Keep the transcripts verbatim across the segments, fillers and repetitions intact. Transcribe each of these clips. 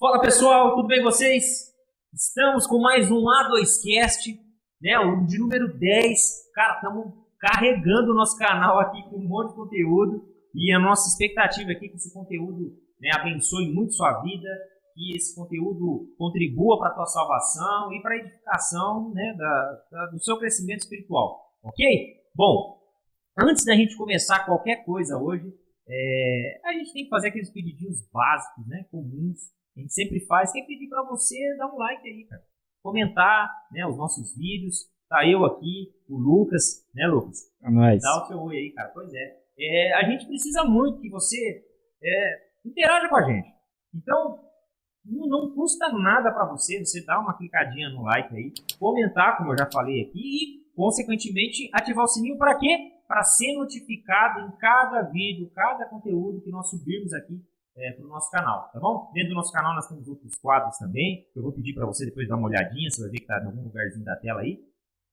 Fala pessoal, tudo bem vocês? Estamos com mais um A dois Cast, né, o de número dez. Cara, estamos carregando o nosso canal aqui com um monte de conteúdo e a nossa expectativa aqui é que esse conteúdo, né, abençoe muito sua vida, que esse conteúdo contribua para a tua salvação e para a edificação, né, da, da, do seu crescimento espiritual, ok? Bom, antes da gente começar qualquer coisa hoje, é, a gente tem que fazer aqueles pedidinhos básicos, né, comuns, a gente sempre faz, que é pedir para você dar um like aí, cara, comentar, né, os nossos vídeos. Tá eu aqui, o Lucas, né, Lucas? É nóis. Dá o seu oi aí, cara. Pois é. é. A gente precisa muito que você é, interaja com a gente. Então, não, não custa nada para você, você dar uma clicadinha no like aí, comentar, como eu já falei aqui, e, consequentemente, ativar o sininho para quê? Para ser notificado em cada vídeo, cada conteúdo que nós subirmos aqui é, para o nosso canal, tá bom? Dentro do nosso canal nós temos outros quadros também, que eu vou pedir para você depois dar uma olhadinha, você vai ver que está em algum lugarzinho da tela aí.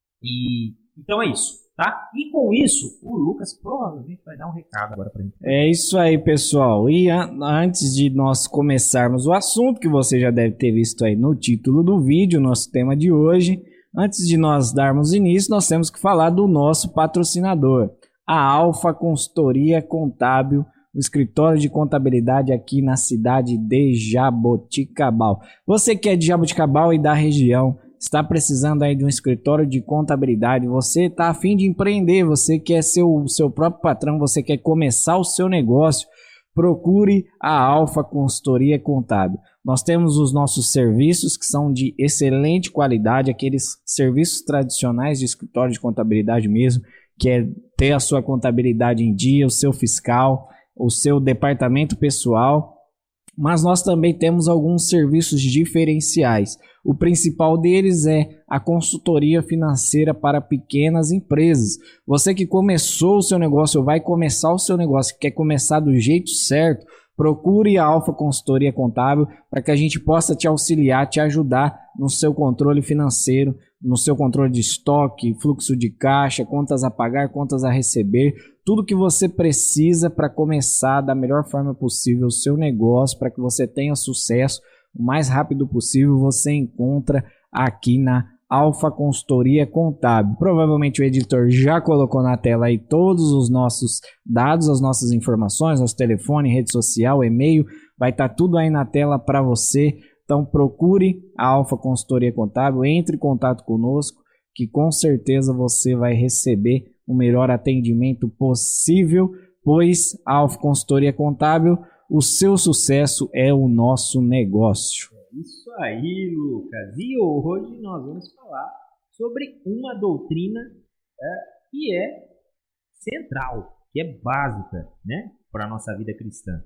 E então é isso, tá? E com isso, o Lucas provavelmente vai dar um recado agora pra gente. É isso aí, pessoal. E a, antes de nós começarmos o assunto, que você já deve ter visto aí no título do vídeo, nosso tema de hoje, antes de nós darmos início, nós temos que falar do nosso patrocinador, a Alfa Consultoria Contábil, o escritório de contabilidade aqui na cidade de Jaboticabal. Você que é de Jaboticabal e da região, está precisando aí de um escritório de contabilidade, você está a fim de empreender, você quer ser o seu próprio patrão, você quer começar o seu negócio, procure a Alfa Consultoria Contábil. Nós temos os nossos serviços que são de excelente qualidade, aqueles serviços tradicionais de escritório de contabilidade mesmo, que é ter a sua contabilidade em dia, o seu fiscal, o seu departamento pessoal. Mas nós também temos alguns serviços diferenciais. O principal deles é a consultoria financeira para pequenas empresas. Você que começou o seu negócio ou vai começar o seu negócio, quer começar do jeito certo, procure a Alfa Consultoria Contábil para que a gente possa te auxiliar, te ajudar no seu controle financeiro, no seu controle de estoque, fluxo de caixa, contas a pagar, contas a receber, tudo que você precisa para começar da melhor forma possível o seu negócio, para que você tenha sucesso o mais rápido possível, você encontra aqui na Alfa Consultoria Contábil. Provavelmente o editor já colocou na tela aí todos os nossos dados, as nossas informações, nosso telefone, rede social, e-mail, vai estar tudo aí na tela para você. Então procure a Alfa Consultoria Contábil, entre em contato conosco, que com certeza você vai receber o melhor atendimento possível, pois a Alfa Consultoria Contábil, o seu sucesso é o nosso negócio. É isso aí, Lucas. E hoje nós vamos falar sobre uma doutrina é, que é central, que é básica, né, para a nossa vida cristã.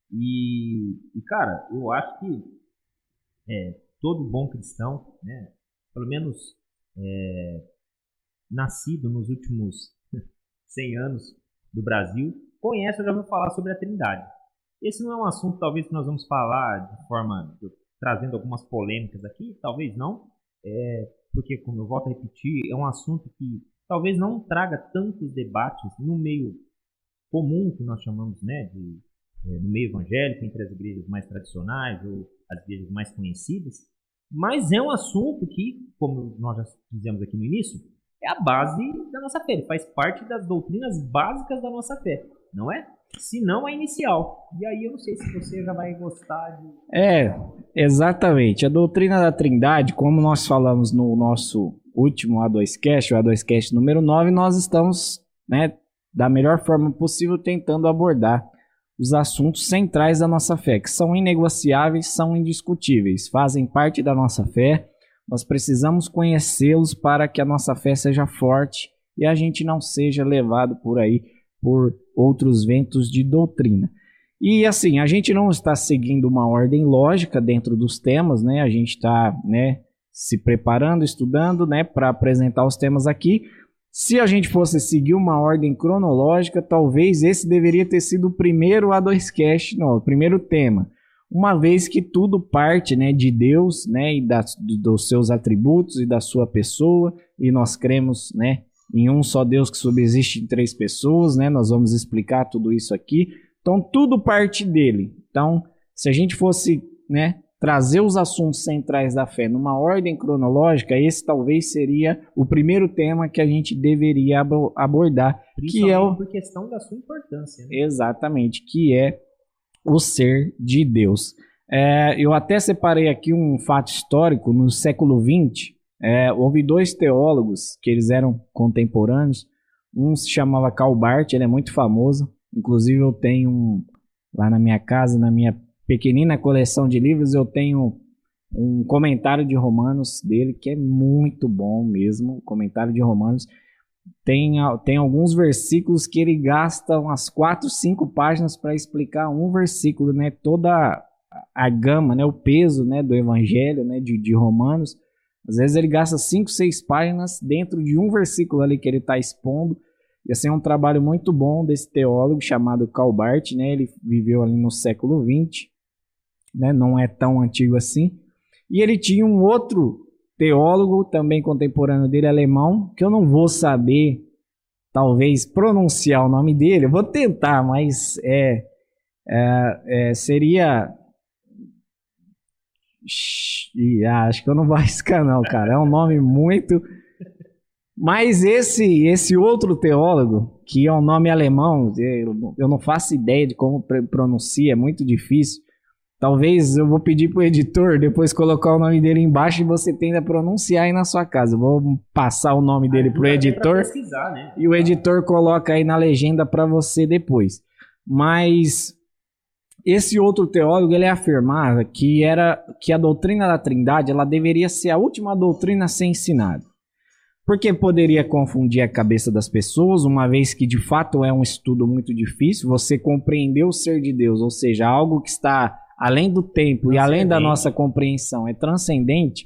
E, e, cara, eu acho que é, todo bom cristão, né, pelo menos é, nascido nos últimos cem anos do Brasil, conhece ou já ouviu falar sobre a Trindade. Esse não é um assunto, talvez, que nós vamos falar de forma, trazendo algumas polêmicas aqui, talvez não, é, porque, como eu volto a repetir, é um assunto que talvez não traga tantos debates no meio comum, que nós chamamos, né, de, é, no meio evangélico, entre as igrejas mais tradicionais ou as igrejas mais conhecidas, mas é um assunto que, como nós já dizemos aqui no início, é a base da nossa fé, ele faz parte das doutrinas básicas da nossa fé, não é? Se não a inicial. E aí eu não sei se você já vai gostar de... É, exatamente. A doutrina da Trindade, como nós falamos no nosso último A dois Cast, o A dois Cast número nove, nós estamos, né, da melhor forma possível tentando abordar os assuntos centrais da nossa fé, que são inegociáveis, são indiscutíveis, fazem parte da nossa fé. Nós precisamos conhecê-los para que a nossa fé seja forte e a gente não seja levado por aí por outros ventos de doutrina. E assim, a gente não está seguindo uma ordem lógica dentro dos temas, né? A gente está, né, se preparando, estudando, né, para apresentar os temas aqui. Se a gente fosse seguir uma ordem cronológica, talvez esse deveria ter sido o primeiro A dois Cast, não, o primeiro tema. Uma vez que tudo parte, né, de Deus, né, e da, dos seus atributos e da sua pessoa, e nós cremos, né, em um só Deus que subsiste em três pessoas, né? Nós vamos explicar tudo isso aqui. Então, tudo parte dele. Então, se a gente fosse, né, trazer os assuntos centrais da fé numa ordem cronológica, esse talvez seria o primeiro tema que a gente deveria abordar, que é o... por questão da sua importância. Né? Exatamente, que é o ser de Deus. É, eu até separei aqui um fato histórico. No século vinte, é, houve dois teólogos que eles eram contemporâneos. Um se chamava Karl Barth, ele é muito famoso. Inclusive eu tenho um, lá na minha casa, na minha pequenina coleção de livros, eu tenho um comentário de Romanos dele, que é muito bom mesmo. O comentário de Romanos tem, tem alguns versículos que ele gasta umas quatro, cinco páginas para explicar um versículo, né? Toda a gama, né, o peso, né, do evangelho, né, de, de Romanos. Às vezes ele gasta cinco, seis páginas dentro de um versículo ali que ele está expondo. E assim é um trabalho muito bom desse teólogo chamado Karl Barth, né? Ele viveu ali no século vinte, né? Não é tão antigo assim. E ele tinha um outro teólogo também contemporâneo dele, alemão, que eu não vou saber talvez pronunciar o nome dele. Eu vou tentar, mas é, é, é seria... Ah, acho que eu não vou arriscar não, cara. É um nome muito... Mas esse, esse outro teólogo, que é um nome alemão, eu não faço ideia de como pronuncia, é muito difícil. Talvez eu vou pedir pro editor depois colocar o nome dele embaixo e você tenta pronunciar aí na sua casa. Eu vou passar o nome dele pro editor, né? E o editor coloca aí na legenda para você depois. Mas... esse outro teólogo, ele afirmava que, era, que a doutrina da Trindade ela deveria ser a última doutrina a ser ensinada. Porque poderia confundir a cabeça das pessoas, uma vez que de fato é um estudo muito difícil, você compreender o ser de Deus, ou seja, algo que está além do tempo e além da nossa compreensão, é transcendente.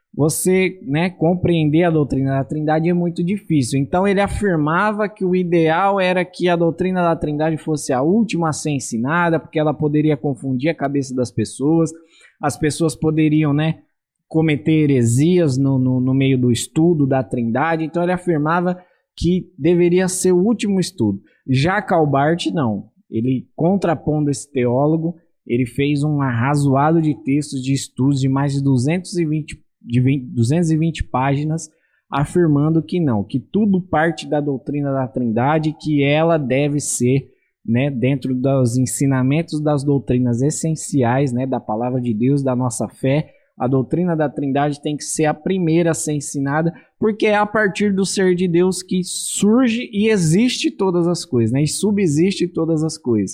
Você, né, compreender a doutrina da Trindade é muito difícil. Então ele afirmava que o ideal era que a doutrina da Trindade fosse a última a ser ensinada, porque ela poderia confundir a cabeça das pessoas, as pessoas poderiam, né, cometer heresias no, no, no meio do estudo da Trindade. Então ele afirmava que deveria ser o último estudo. Já Karl Barth não. Ele, contrapondo esse teólogo, ele fez um arrazoado de textos de estudos de mais de duzentos e vinte de duzentas e vinte páginas, afirmando que não, que tudo parte da doutrina da Trindade, que ela deve ser, né, dentro dos ensinamentos das doutrinas essenciais, né, da palavra de Deus, da nossa fé. A doutrina da Trindade tem que ser a primeira a ser ensinada, porque é a partir do ser de Deus que surge e existe todas as coisas, né, e subsiste todas as coisas.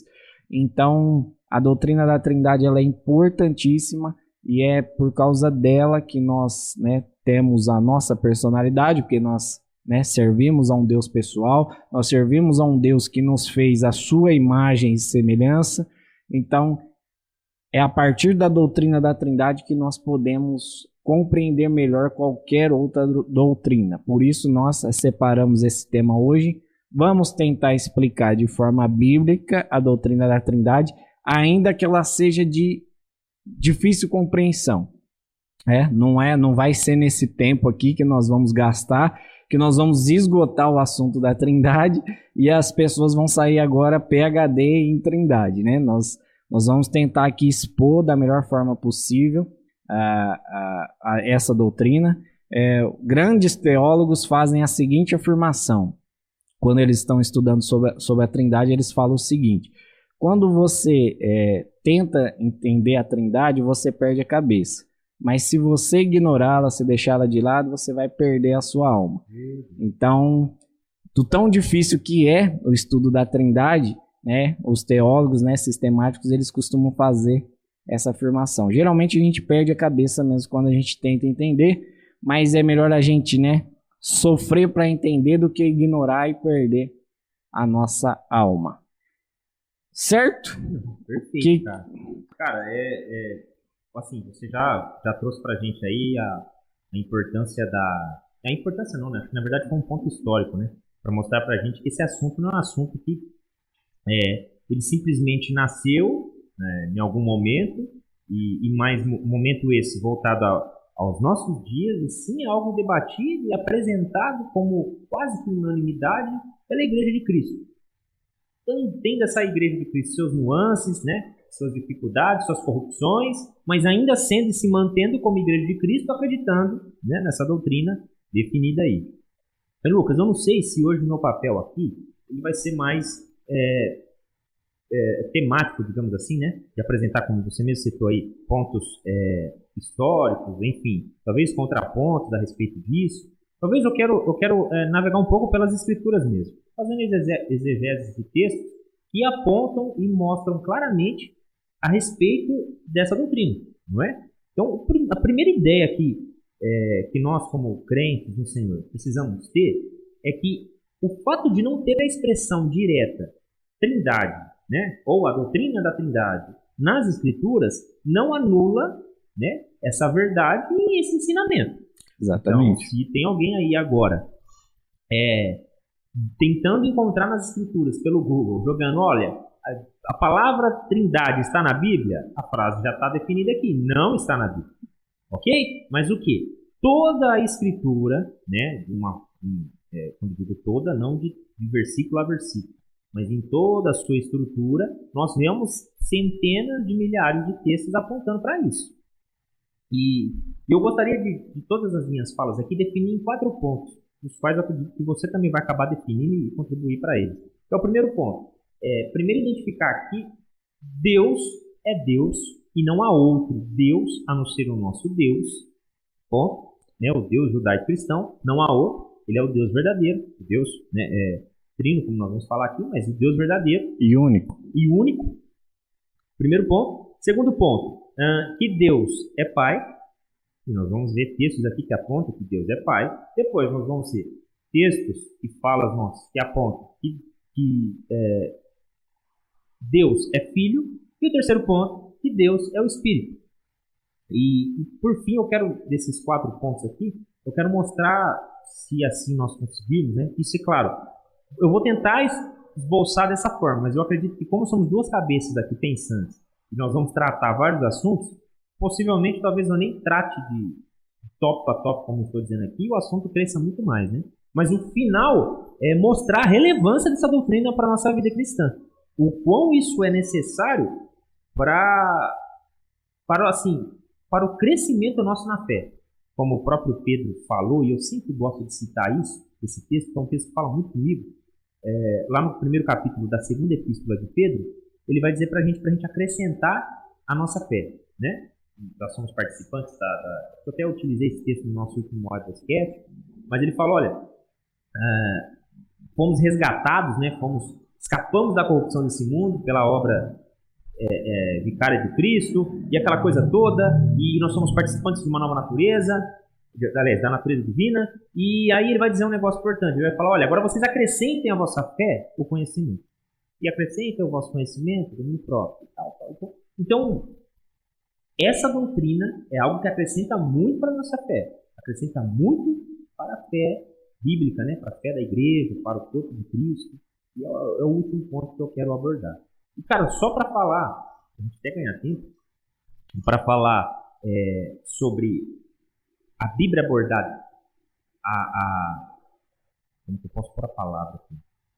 Então, a doutrina da Trindade ela é importantíssima. E é por causa dela que nós, né, temos a nossa personalidade, porque nós, né, servimos a um Deus pessoal, nós servimos a um Deus que nos fez a sua imagem e semelhança. Então, é a partir da doutrina da Trindade que nós podemos compreender melhor qualquer outra doutrina. Por isso, nós separamos esse tema hoje. Vamos tentar explicar de forma bíblica a doutrina da Trindade, ainda que ela seja de difícil compreensão. É, não é, não vai ser nesse tempo aqui que nós vamos gastar, que nós vamos esgotar o assunto da Trindade e as pessoas vão sair agora P H D em Trindade, né? Nós, nós vamos tentar aqui expor da melhor forma possível uh, uh, uh, essa doutrina. É, grandes teólogos fazem a seguinte afirmação. Quando eles estão estudando sobre a, sobre a Trindade, eles falam o seguinte: quando você é, tenta entender a Trindade, você perde a cabeça. Mas se você ignorá-la, se deixá-la de lado, você vai perder a sua alma. Então, do tão difícil que é o estudo da Trindade, né, os teólogos, né, sistemáticos, eles costumam fazer essa afirmação. Geralmente a gente perde a cabeça mesmo quando a gente tenta entender, mas é melhor a gente, né, sofrer para entender do que ignorar e perder a nossa alma. Certo? Perfeito, que... cara. Cara, é, é, assim, você já, já trouxe pra gente aí a, a importância da... A importância não, né? Na verdade foi um ponto histórico, né? Pra mostrar pra gente que esse assunto não é um assunto que é, ele simplesmente nasceu, né, em algum momento, e, e mais um momento esse voltado a, aos nossos dias, e sim é algo debatido e apresentado como quase que unanimidade pela Igreja de Cristo. Então, entenda essa Igreja de Cristo, seus nuances, né, suas dificuldades, suas corrupções, mas ainda sendo e se mantendo como igreja de Cristo, acreditando, né, nessa doutrina definida aí. Mas, Lucas, eu não sei se hoje o meu papel aqui ele vai ser mais é, é, temático, digamos assim, né? De apresentar, como você mesmo citou aí, pontos é, históricos, enfim, talvez contrapontos a respeito disso. Talvez eu quero, eu quero é, navegar um pouco pelas escrituras mesmo, fazendo exegeses de textos que apontam e mostram claramente a respeito dessa doutrina, não é? Então, a primeira ideia que, é, que nós, como crentes no Senhor, precisamos ter é que o fato de não ter a expressão direta trindade, né, ou a doutrina da trindade nas escrituras não anula, né, essa verdade e esse ensinamento. Exatamente. Então, se tem alguém aí agora é, tentando encontrar nas escrituras pelo Google, jogando, olha, a, a palavra trindade está na Bíblia, a frase já está definida aqui, não está na Bíblia. Ok? Mas o que? Toda a escritura, né, uma, é, quando digo toda, não de, de versículo a versículo, mas em toda a sua estrutura, nós vemos centenas de milhares de textos apontando para isso. E eu gostaria de, de todas as minhas falas aqui, definir em quatro pontos, os quais eu acredito que você também vai acabar definindo e contribuir para eles. Então, o primeiro ponto, é, primeiro identificar que Deus é Deus e não há outro Deus a não ser o nosso Deus, ponto, né, o Deus judaico-cristão, não há outro, ele é o Deus verdadeiro, o Deus, né, é, trino, como nós vamos falar aqui, mas o Deus verdadeiro e único. E único. Primeiro ponto. Segundo ponto, uh, que Deus é Pai. E nós vamos ver textos aqui que apontam que Deus é Pai. Depois nós vamos ver textos e falas nossas que apontam que, que é, Deus é Filho. E o terceiro ponto, que Deus é o Espírito. E, e por fim, eu quero, desses quatro pontos aqui, eu quero mostrar, se assim nós conseguirmos, né? Isso é claro. Eu vou tentar esboçar dessa forma, mas eu acredito que como somos duas cabeças aqui pensantes e nós vamos tratar vários assuntos, possivelmente talvez eu nem trate de tópico a tópico, como eu estou dizendo aqui, e o assunto cresça muito mais, né? Mas o final é mostrar a relevância dessa doutrina para a nossa vida cristã. O quão isso é necessário para, para, assim, para o crescimento nosso na fé. Como o próprio Pedro falou, e eu sempre gosto de citar isso, esse texto, que é um texto que fala muito comigo, é, lá no primeiro capítulo da segunda epístola de Pedro, ele vai dizer para a gente, para a gente acrescentar a nossa fé, né? Nós somos participantes da, da... Eu até utilizei esse texto no nosso último podcast, mas ele fala, olha, uh, fomos resgatados, né? Fomos, escapamos da corrupção desse mundo pela obra é, é, vicária de Cristo, e aquela coisa toda, e nós somos participantes de uma nova natureza, aliás, da natureza divina, e aí ele vai dizer um negócio importante, ele vai falar, olha, agora vocês acrescentem à vossa fé o conhecimento, e acrescentem o vosso conhecimento do mim próprio, e tal, tal. Então, então, essa doutrina é algo que acrescenta muito para a nossa fé, acrescenta muito para a fé bíblica, né? Para a fé da igreja, para o corpo de Cristo, e é o, é o último ponto que eu quero abordar. E, cara, só para falar, a gente até ganhar tempo, para falar é, sobre a Bíblia abordada, a, a... como que eu posso pôr a palavra aqui?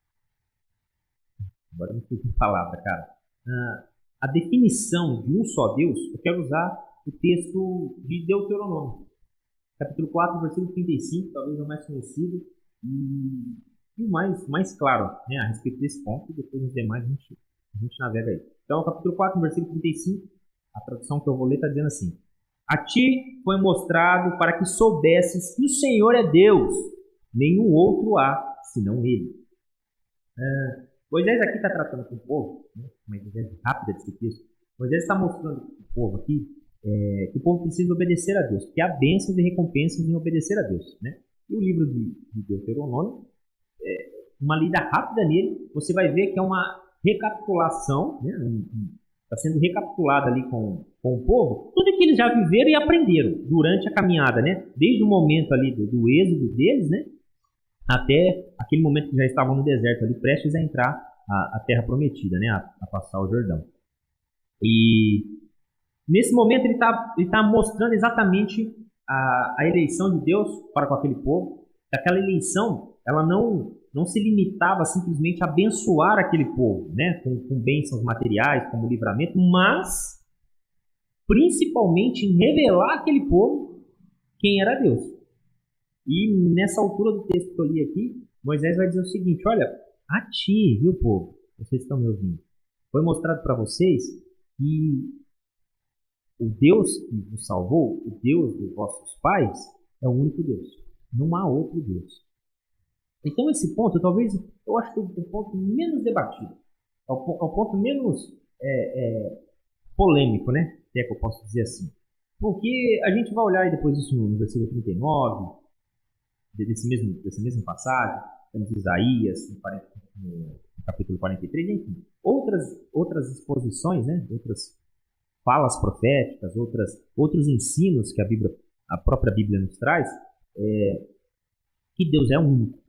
Agora não sei que palavra, cara. Ah, a definição de um só Deus, eu quero usar o texto de Deuteronômio. Capítulo quatro, versículo trinta e cinco, talvez o mais conhecido e, e o mais, mais claro, né, a respeito desse ponto, e depois os demais a gente, a gente navega aí. Então, capítulo quatro, versículo trinta e cinco, a tradução que eu vou ler está dizendo assim: a ti foi mostrado para que soubesses que o Senhor é Deus, nenhum outro há, senão Ele. Ah, Moisés aqui está tratando com o povo, né, uma ideia rápida desse texto. Moisés está mostrando para o povo aqui é, que o povo precisa obedecer a Deus, porque há bênçãos e recompensas em obedecer a Deus, né? E o livro de, de Deuteronômio, é, uma lida rápida nele, você vai ver que é uma recapitulação, né? Está sendo recapitulado ali com, com o povo, tudo que eles já viveram e aprenderam durante a caminhada, né? Desde o momento ali do, do êxodo deles, né? Até aquele momento que já estavam no deserto ali, prestes a entrar a, a terra prometida, né? A, a passar o Jordão. E nesse momento ele está ele tá mostrando exatamente a, a eleição de Deus para com aquele povo. Aquela eleição, ela não, não se limitava simplesmente a abençoar aquele povo, né? Com, com bênçãos materiais, como livramento, mas principalmente em revelar àquele povo quem era Deus. E nessa altura do texto que eu li aqui, Moisés vai dizer o seguinte: olha, a ti, viu, povo, vocês estão me ouvindo, foi mostrado para vocês que o Deus que vos salvou, o Deus dos vossos pais, é o único Deus. Não há outro Deus. Então esse ponto, talvez, eu acho que é o ponto menos debatido. É o, é o ponto menos é, é, polêmico, né? Se é que eu posso dizer assim. Porque a gente vai olhar e depois isso no versículo trinta e nove, desse mesmo, dessa mesma passagem, temos Isaías, no, quarenta, no capítulo quarenta e três, enfim. Outras, outras exposições, né? Outras falas proféticas, outras, outros ensinos que a, Bíblia, a própria Bíblia nos traz, é, que Deus é único.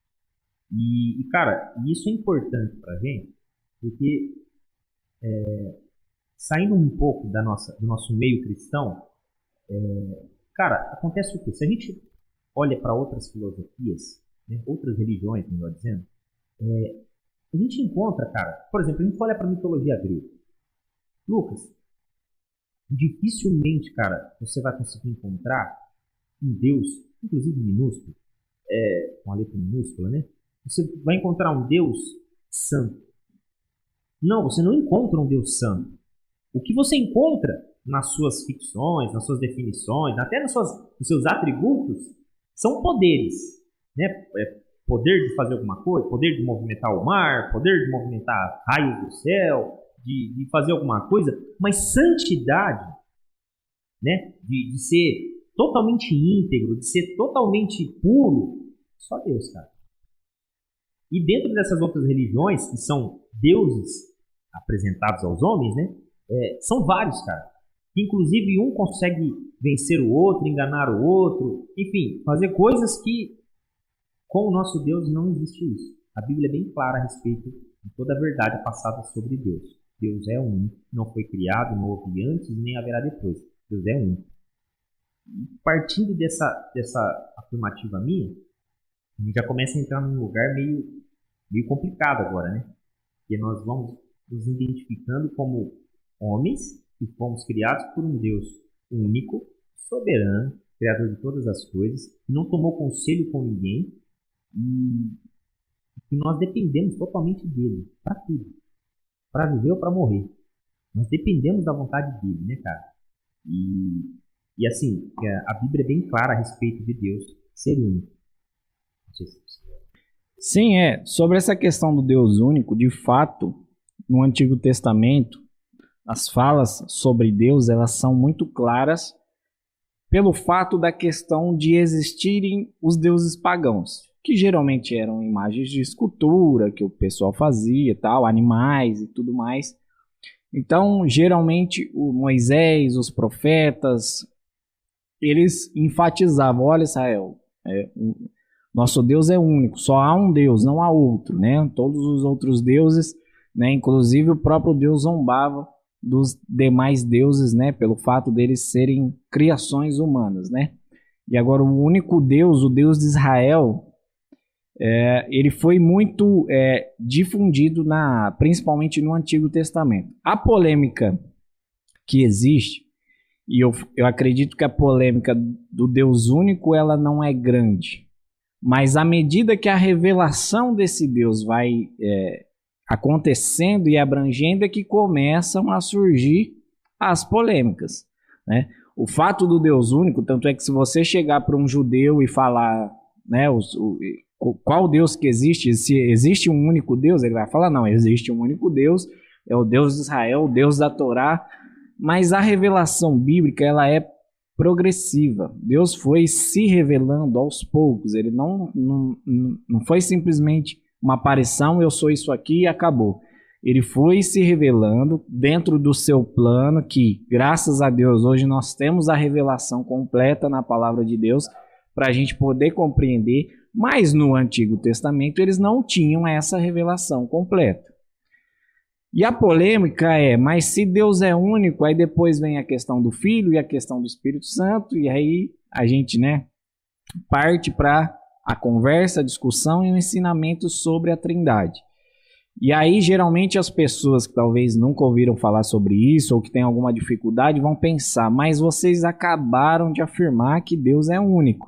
E, e, cara, isso é importante pra gente, porque é, saindo um pouco da nossa, do nosso meio cristão, é, cara, acontece o quê? Se a gente olha para outras filosofias, né, outras religiões, melhor dizendo, é, a gente encontra, cara, por exemplo, a gente olha para a mitologia grega. Lucas, dificilmente, cara, você vai conseguir encontrar um Deus, inclusive minúsculo, é, com a letra minúscula, né? Você vai encontrar um Deus santo. Não, você não encontra um Deus santo. O que você encontra nas suas ficções, nas suas definições, até nas suas, nos seus atributos, são poderes, né? É poder de fazer alguma coisa, poder de movimentar o mar, poder de movimentar raios do céu, de, de fazer alguma coisa, mas santidade, né? De, de ser totalmente íntegro, de ser totalmente puro, só Deus, cara. E dentro dessas outras religiões, que são deuses apresentados aos homens, né? É, são vários, cara. Inclusive um consegue vencer o outro, enganar o outro, enfim, fazer coisas que com o nosso Deus não existe isso. A Bíblia é bem clara a respeito de toda a verdade passada sobre Deus. Deus é único, não foi criado, não houve antes nem haverá depois. Deus é único. E partindo dessa, dessa afirmativa minha, a gente já começa a entrar num lugar meio, meio complicado agora, né? Porque nós vamos nos identificando como homens que fomos criados por um Deus único, soberano, criador de todas as coisas, que não tomou conselho com ninguém e que nós dependemos totalmente dele para tudo, para viver ou para morrer. Nós dependemos da vontade dele, né, cara? E, e assim, a Bíblia é bem clara a respeito de Deus ser único. Não sei se você... Sim, é. Sobre essa questão do Deus único, de fato, no Antigo Testamento, as falas sobre Deus, elas são muito claras pelo fato da questão de existirem os deuses pagãos, que geralmente eram imagens de escultura que o pessoal fazia, tal, animais e tudo mais. Então, geralmente, o Moisés, os profetas, eles enfatizavam: olha, Israel, é, o nosso Deus é único, só há um Deus, não há outro, né? Todos os outros deuses, né, inclusive o próprio Deus zombava dos demais deuses, né, pelo fato deles serem criações humanas, né? E agora o único Deus, o Deus de Israel, é, ele foi muito é, difundido, na, principalmente no Antigo Testamento. A polêmica que existe, e eu, eu acredito que a polêmica do Deus único, ela não é grande, mas à medida que a revelação desse Deus vai é, acontecendo e abrangendo, é que começam a surgir as polêmicas, né? O fato do Deus único, tanto é que se você chegar para um judeu e falar, né, os, o, qual Deus que existe, se existe um único Deus, ele vai falar: não, existe um único Deus, é o Deus de Israel, o Deus da Torá. Mas a revelação bíblica, ela é progressiva. Deus foi se revelando aos poucos, ele não, não, não foi simplesmente uma aparição, eu sou isso aqui e acabou. Ele foi se revelando dentro do seu plano, que, graças a Deus, hoje nós temos a revelação completa na palavra de Deus para a gente poder compreender, mas no Antigo Testamento eles não tinham essa revelação completa. E a polêmica é: mas se Deus é único, aí depois vem a questão do Filho e a questão do Espírito Santo, e aí a gente, né, parte para a conversa, a discussão e o ensinamento sobre a Trindade. E aí, geralmente, as pessoas que talvez nunca ouviram falar sobre isso ou que têm alguma dificuldade vão pensar, mas vocês acabaram de afirmar que Deus é único.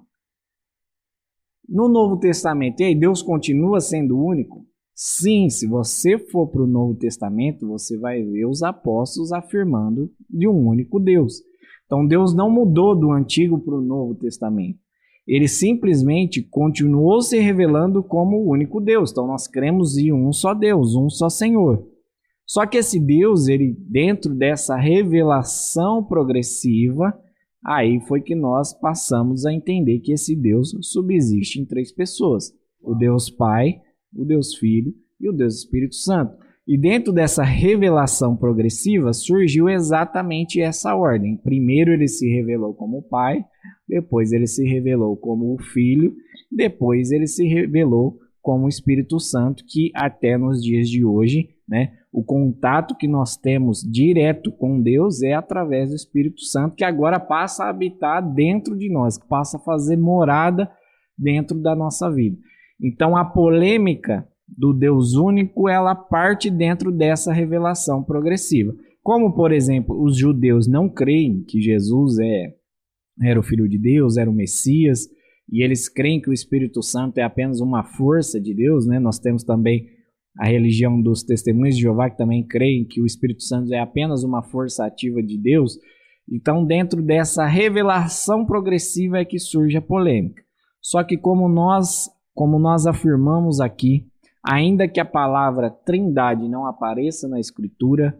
No Novo Testamento, e aí, Deus continua sendo único? Sim, se você for para o Novo Testamento, você vai ver os apóstolos afirmando de um único Deus. Então, Deus não mudou do Antigo para o Novo Testamento. Ele simplesmente continuou se revelando como o único Deus. Então, nós cremos em um só Deus, um só Senhor. Só que esse Deus, ele, dentro dessa revelação progressiva, aí foi que nós passamos a entender que esse Deus subsiste em três pessoas. O Deus Pai, o Deus Filho e o Deus Espírito Santo. E dentro dessa revelação progressiva surgiu exatamente essa ordem. Primeiro ele se revelou como Pai, depois ele se revelou como o Filho, depois ele se revelou como o Espírito Santo, que até nos dias de hoje, né, o contato que nós temos direto com Deus é através do Espírito Santo, que agora passa a habitar dentro de nós, que passa a fazer morada dentro da nossa vida. Então a polêmica do Deus único, ela parte dentro dessa revelação progressiva. Como, por exemplo, os judeus não creem que Jesus é, era o Filho de Deus, era o Messias, e eles creem que o Espírito Santo é apenas uma força de Deus, né? Nós temos também a religião dos Testemunhos de Jeová, que também creem que o Espírito Santo é apenas uma força ativa de Deus. Então, dentro dessa revelação progressiva é que surge a polêmica. Só que como nós, como nós afirmamos aqui, ainda que a palavra trindade não apareça na Escritura,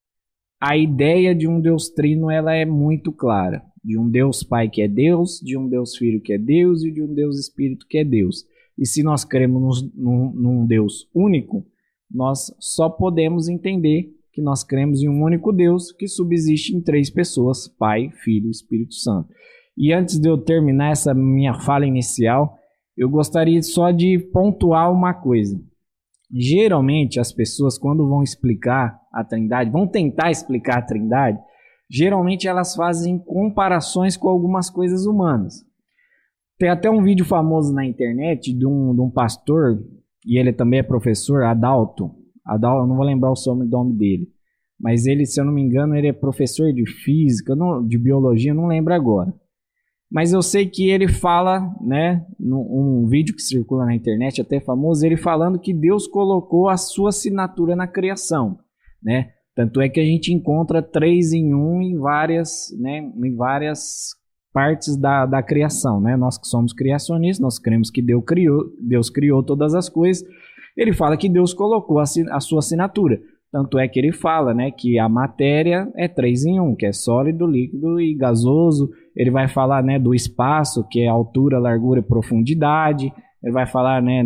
a ideia de um Deus trino ela é muito clara. De um Deus Pai que é Deus, de um Deus Filho que é Deus e de um Deus Espírito que é Deus. E se nós cremos num, num Deus único, nós só podemos entender que nós cremos em um único Deus que subsiste em três pessoas, Pai, Filho e Espírito Santo. E antes de eu terminar essa minha fala inicial, eu gostaria só de pontuar uma coisa. Geralmente as pessoas, quando vão explicar a Trindade, vão tentar explicar a Trindade, geralmente elas fazem comparações com algumas coisas humanas. Tem até um vídeo famoso na internet de um, de um pastor, e ele também é professor, Adalto. Adalto, eu não vou lembrar o nome dele, mas ele, se eu não me engano, ele é professor de física, não, de biologia, não lembro agora. Mas eu sei que ele fala, né, num um vídeo que circula na internet, até famoso, ele falando que Deus colocou a sua assinatura na criação, né? Tanto é que a gente encontra três em um em várias, né, em várias partes da, da criação, né? Nós que somos criacionistas, nós cremos que Deus criou, Deus criou todas as coisas. Ele fala que Deus colocou a, a sua assinatura. Tanto é que ele fala, né, que a matéria é três em um, que é sólido, líquido e gasoso. Ele vai falar, né, do espaço, que é altura, largura e profundidade. Ele vai falar, né,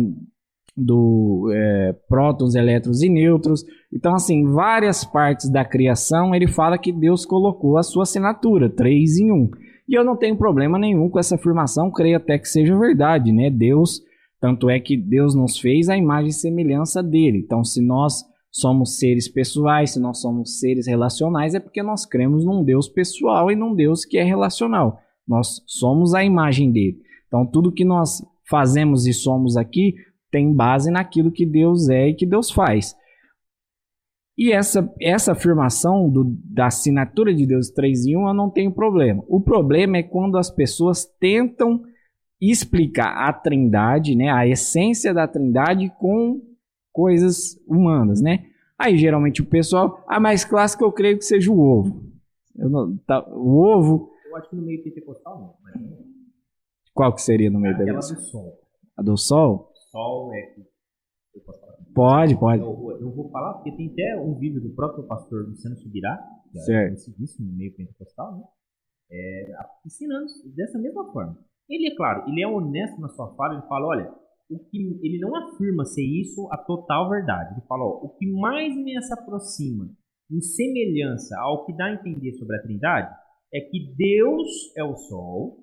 do é, prótons, elétrons e nêutrons. Então, assim, várias partes da criação, ele fala que Deus colocou a sua assinatura, três em um. E eu não tenho problema nenhum com essa afirmação, creio até que seja verdade, né? Deus, tanto é que Deus nos fez a imagem e semelhança dele. Então, se nós somos seres pessoais, se nós somos seres relacionais, é porque nós cremos num Deus pessoal e num Deus que é relacional. Nós somos a imagem dele. Então, tudo que nós fazemos e somos aqui tem base naquilo que Deus é e que Deus faz. E essa, essa afirmação do, da assinatura de Deus três em um, eu não tenho problema. O problema é quando as pessoas tentam explicar a Trindade, né, a essência da Trindade com coisas humanas, né? Aí geralmente o pessoal, a mais clássica eu creio que seja o ovo. Eu não, tá, o ovo... Eu acho que no meio pentecostal não. Mas... Qual que seria no meio Aquela dela? do sol. A do sol? Sol é que... Eu posso falar? Pode, pode. Eu, eu vou falar, porque tem até um vídeo do próprio pastor Luciano Subirá, que é conhecidíssimo no meio pentecostal, né? É, ensinando dessa mesma forma. Ele é claro, ele é honesto na sua fala, ele fala, olha, o que, ele não afirma ser isso a total verdade. Ele fala, ó, o que mais me se aproxima em semelhança ao que dá a entender sobre a Trindade é que Deus é o Sol,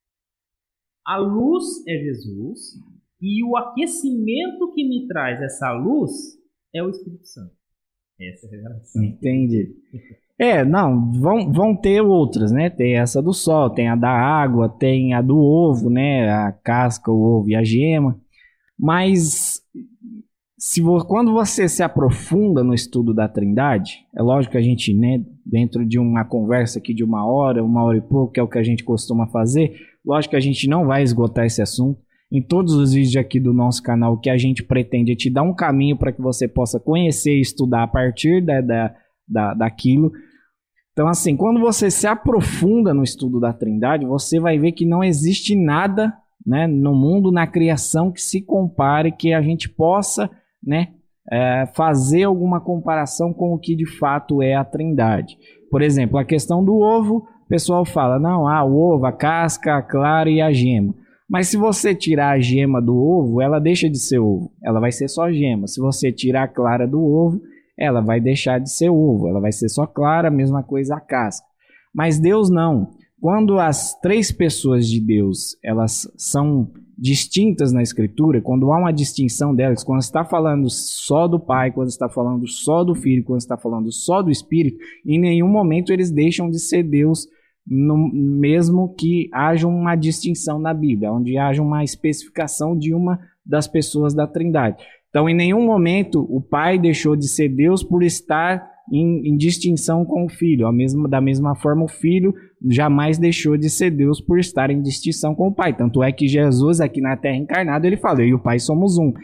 a luz é Jesus e o aquecimento que me traz essa luz é o Espírito Santo. Essa é a revelação. Entendi. É, não, vão, vão ter outras, né? Tem essa do sol, tem a da água, tem a do ovo, né? A casca, o ovo e a gema. Mas se vo, quando você se aprofunda no estudo da Trindade, é lógico que a gente, né, dentro de uma conversa aqui de uma hora, uma hora e pouco, que é o que a gente costuma fazer, lógico que a gente não vai esgotar esse assunto. Em todos os vídeos aqui do nosso canal, o que a gente pretende é te dar um caminho para que você possa conhecer e estudar a partir da, da, da, daquilo. Então, assim, quando você se aprofunda no estudo da Trindade, você vai ver que não existe nada, né, no mundo, na criação, que se compare, que a gente possa, né, é, fazer alguma comparação com o que de fato é a Trindade. Por exemplo, a questão do ovo, o pessoal fala, não, ah, o ovo, a casca, a clara e a gema. Mas se você tirar a gema do ovo, ela deixa de ser ovo, ela vai ser só gema. Se você tirar a clara do ovo, ela vai deixar de ser ovo, ela vai ser só clara, a mesma coisa a casca. Mas Deus não. Quando as três pessoas de Deus, elas são distintas na Escritura, quando há uma distinção delas, quando está falando só do Pai, quando está falando só do Filho, quando está falando só do Espírito, em nenhum momento eles deixam de ser Deus, no, mesmo que haja uma distinção na Bíblia, onde haja uma especificação de uma das pessoas da Trindade. Então, em nenhum momento o Pai deixou de ser Deus por estar em, em distinção com o Filho. A mesma, da mesma forma, o Filho jamais deixou de ser Deus por estar em distinção com o Pai. Tanto é que Jesus, aqui na Terra encarnado, ele fala, eu e o Pai somos um.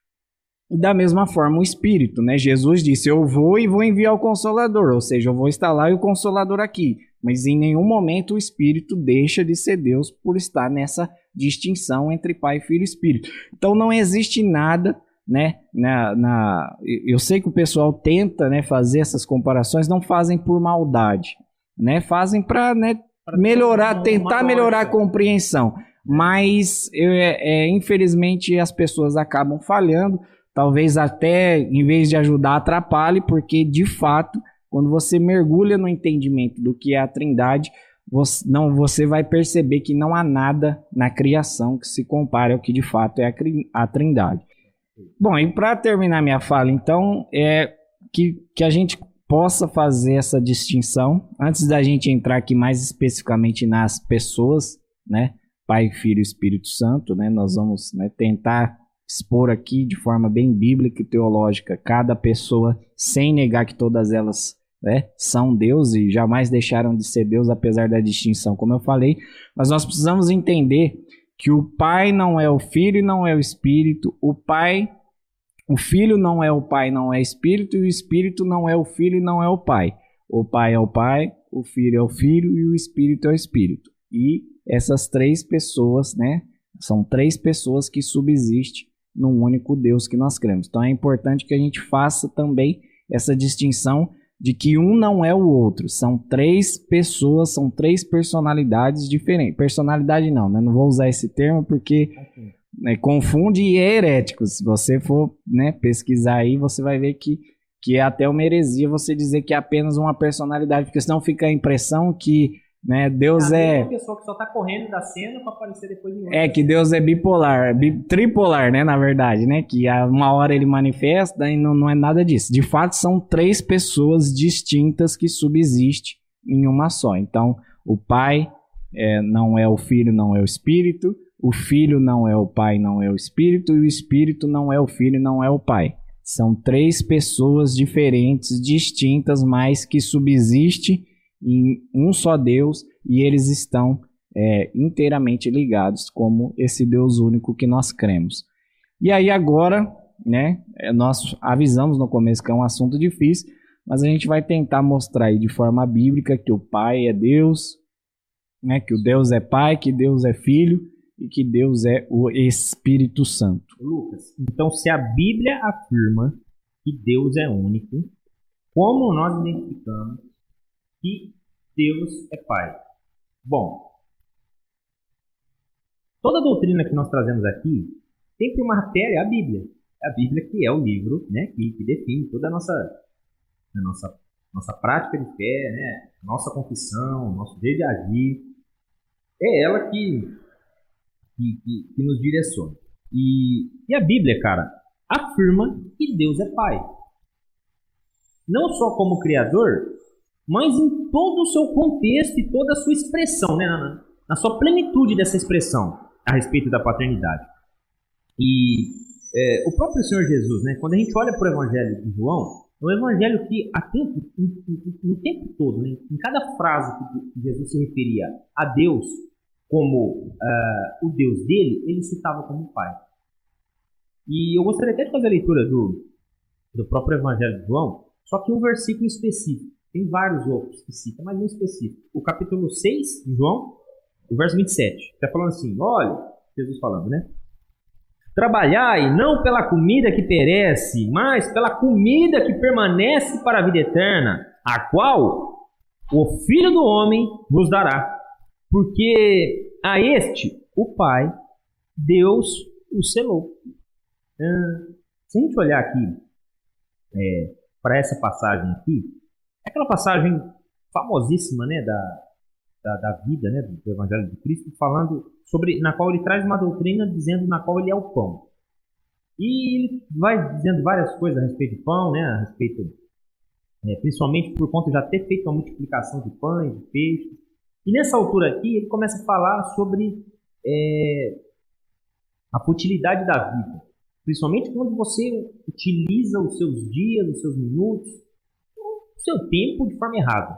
Da mesma forma, o Espírito, né? Jesus disse, eu vou e vou enviar o Consolador, ou seja, eu vou estar lá e o Consolador aqui. Mas em nenhum momento o Espírito deixa de ser Deus por estar nessa distinção entre Pai, Filho e Espírito. Então não existe nada, né, na, na, eu sei que o pessoal tenta, né, fazer essas comparações, não fazem por maldade, né, fazem para, né, melhorar, tentar melhorar a compreensão, mas eu, é, é, infelizmente as pessoas acabam falhando, talvez até em vez de ajudar atrapalhe, porque de fato quando você mergulha no entendimento do que é a Trindade, você, não, você vai perceber que não há nada na criação que se compare ao que de fato é a, a Trindade. Bom, e para terminar minha fala, então, é que, que a gente possa fazer essa distinção, antes da gente entrar aqui mais especificamente nas pessoas, né, Pai, Filho e Espírito Santo, né, nós vamos, né, tentar expor aqui de forma bem bíblica e teológica cada pessoa, sem negar que todas elas, né, são Deus e jamais deixaram de ser Deus, apesar da distinção, como eu falei, mas nós precisamos entender que o Pai não é o Filho e não é o Espírito, o Pai, o Filho não é o Pai, não é o Espírito, e o Espírito não é o Filho e não é o Pai. O Pai é o Pai, o Filho é o Filho e o Espírito é o Espírito. E essas três pessoas, né, são três pessoas que subsistem num único Deus que nós cremos. Então é importante que a gente faça também essa distinção de que um não é o outro, são três pessoas, são três personalidades diferentes. Personalidade não, né? Não vou usar esse termo porque né, confunde e é herético. Se você for, né, pesquisar aí, você vai ver que, que é até uma heresia você dizer que é apenas uma personalidade, porque senão fica a impressão que, né, Deus é... uma pessoa que só tá correndo da cena para aparecer depois em outra. É, que Deus é bipolar, bi, tripolar, né, na verdade, né, que uma hora ele manifesta e não, não é nada disso. De fato, são três pessoas distintas que subsistem em uma só. Então, o Pai é, não é o Filho, não é o Espírito, o Filho não é o Pai, não é o Espírito, e o Espírito não é o Filho, não é o Pai. São três pessoas diferentes, distintas, mas que subsistem em um só Deus, e eles estão é, inteiramente ligados como esse Deus único que nós cremos. E aí agora, né, nós avisamos no começo que é um assunto difícil, mas a gente vai tentar mostrar aí de forma bíblica que o Pai é Deus, né, que o Deus é Pai, que Deus é Filho e que Deus é o Espírito Santo. Lucas, então se a Bíblia afirma que Deus é único, como nós identificamos que Deus é Pai? Bom, toda a doutrina que nós trazemos aqui tem por matéria a Bíblia. A Bíblia que é o livro, né, que, que define toda a nossa, a nossa, nossa prática de fé, né, nossa confissão, nosso jeito de agir. É ela que, que, que, que nos direciona. E, e a Bíblia, cara, afirma que Deus é Pai. Não só como Criador, mas em todo o seu contexto e toda a sua expressão, né? na, na sua plenitude dessa expressão a respeito da paternidade. E é, o próprio Senhor Jesus, né, quando a gente olha para o Evangelho de João, é um evangelho que, a tempo, no tempo todo, né, em cada frase que Jesus se referia a Deus como uh, o Deus dele, ele citava como Pai. E eu gostaria até de fazer a leitura do, do próprio Evangelho de João, só que um versículo específico. Tem vários outros que citam, mas um específico. O capítulo seis de João, o verso vinte e sete, está falando assim, olha, Jesus falando, né? Trabalhai não pela comida que perece, mas pela comida que permanece para a vida eterna, a qual o Filho do Homem vos dará. Porque a este, o Pai, Deus o selou. Hum, se a gente olhar aqui é, para essa passagem aqui, é aquela passagem famosíssima, né, da, da, da vida, né, do Evangelho de Cristo, falando sobre, na qual ele traz uma doutrina dizendo na qual ele é o pão. E ele vai dizendo várias coisas a respeito do pão, né, a respeito, é, principalmente por conta de já ter feito a multiplicação de pães, de peixes. E nessa altura aqui ele começa a falar sobre é, a futilidade da vida. Principalmente quando você utiliza os seus dias, os seus minutos, o seu tempo de forma errada.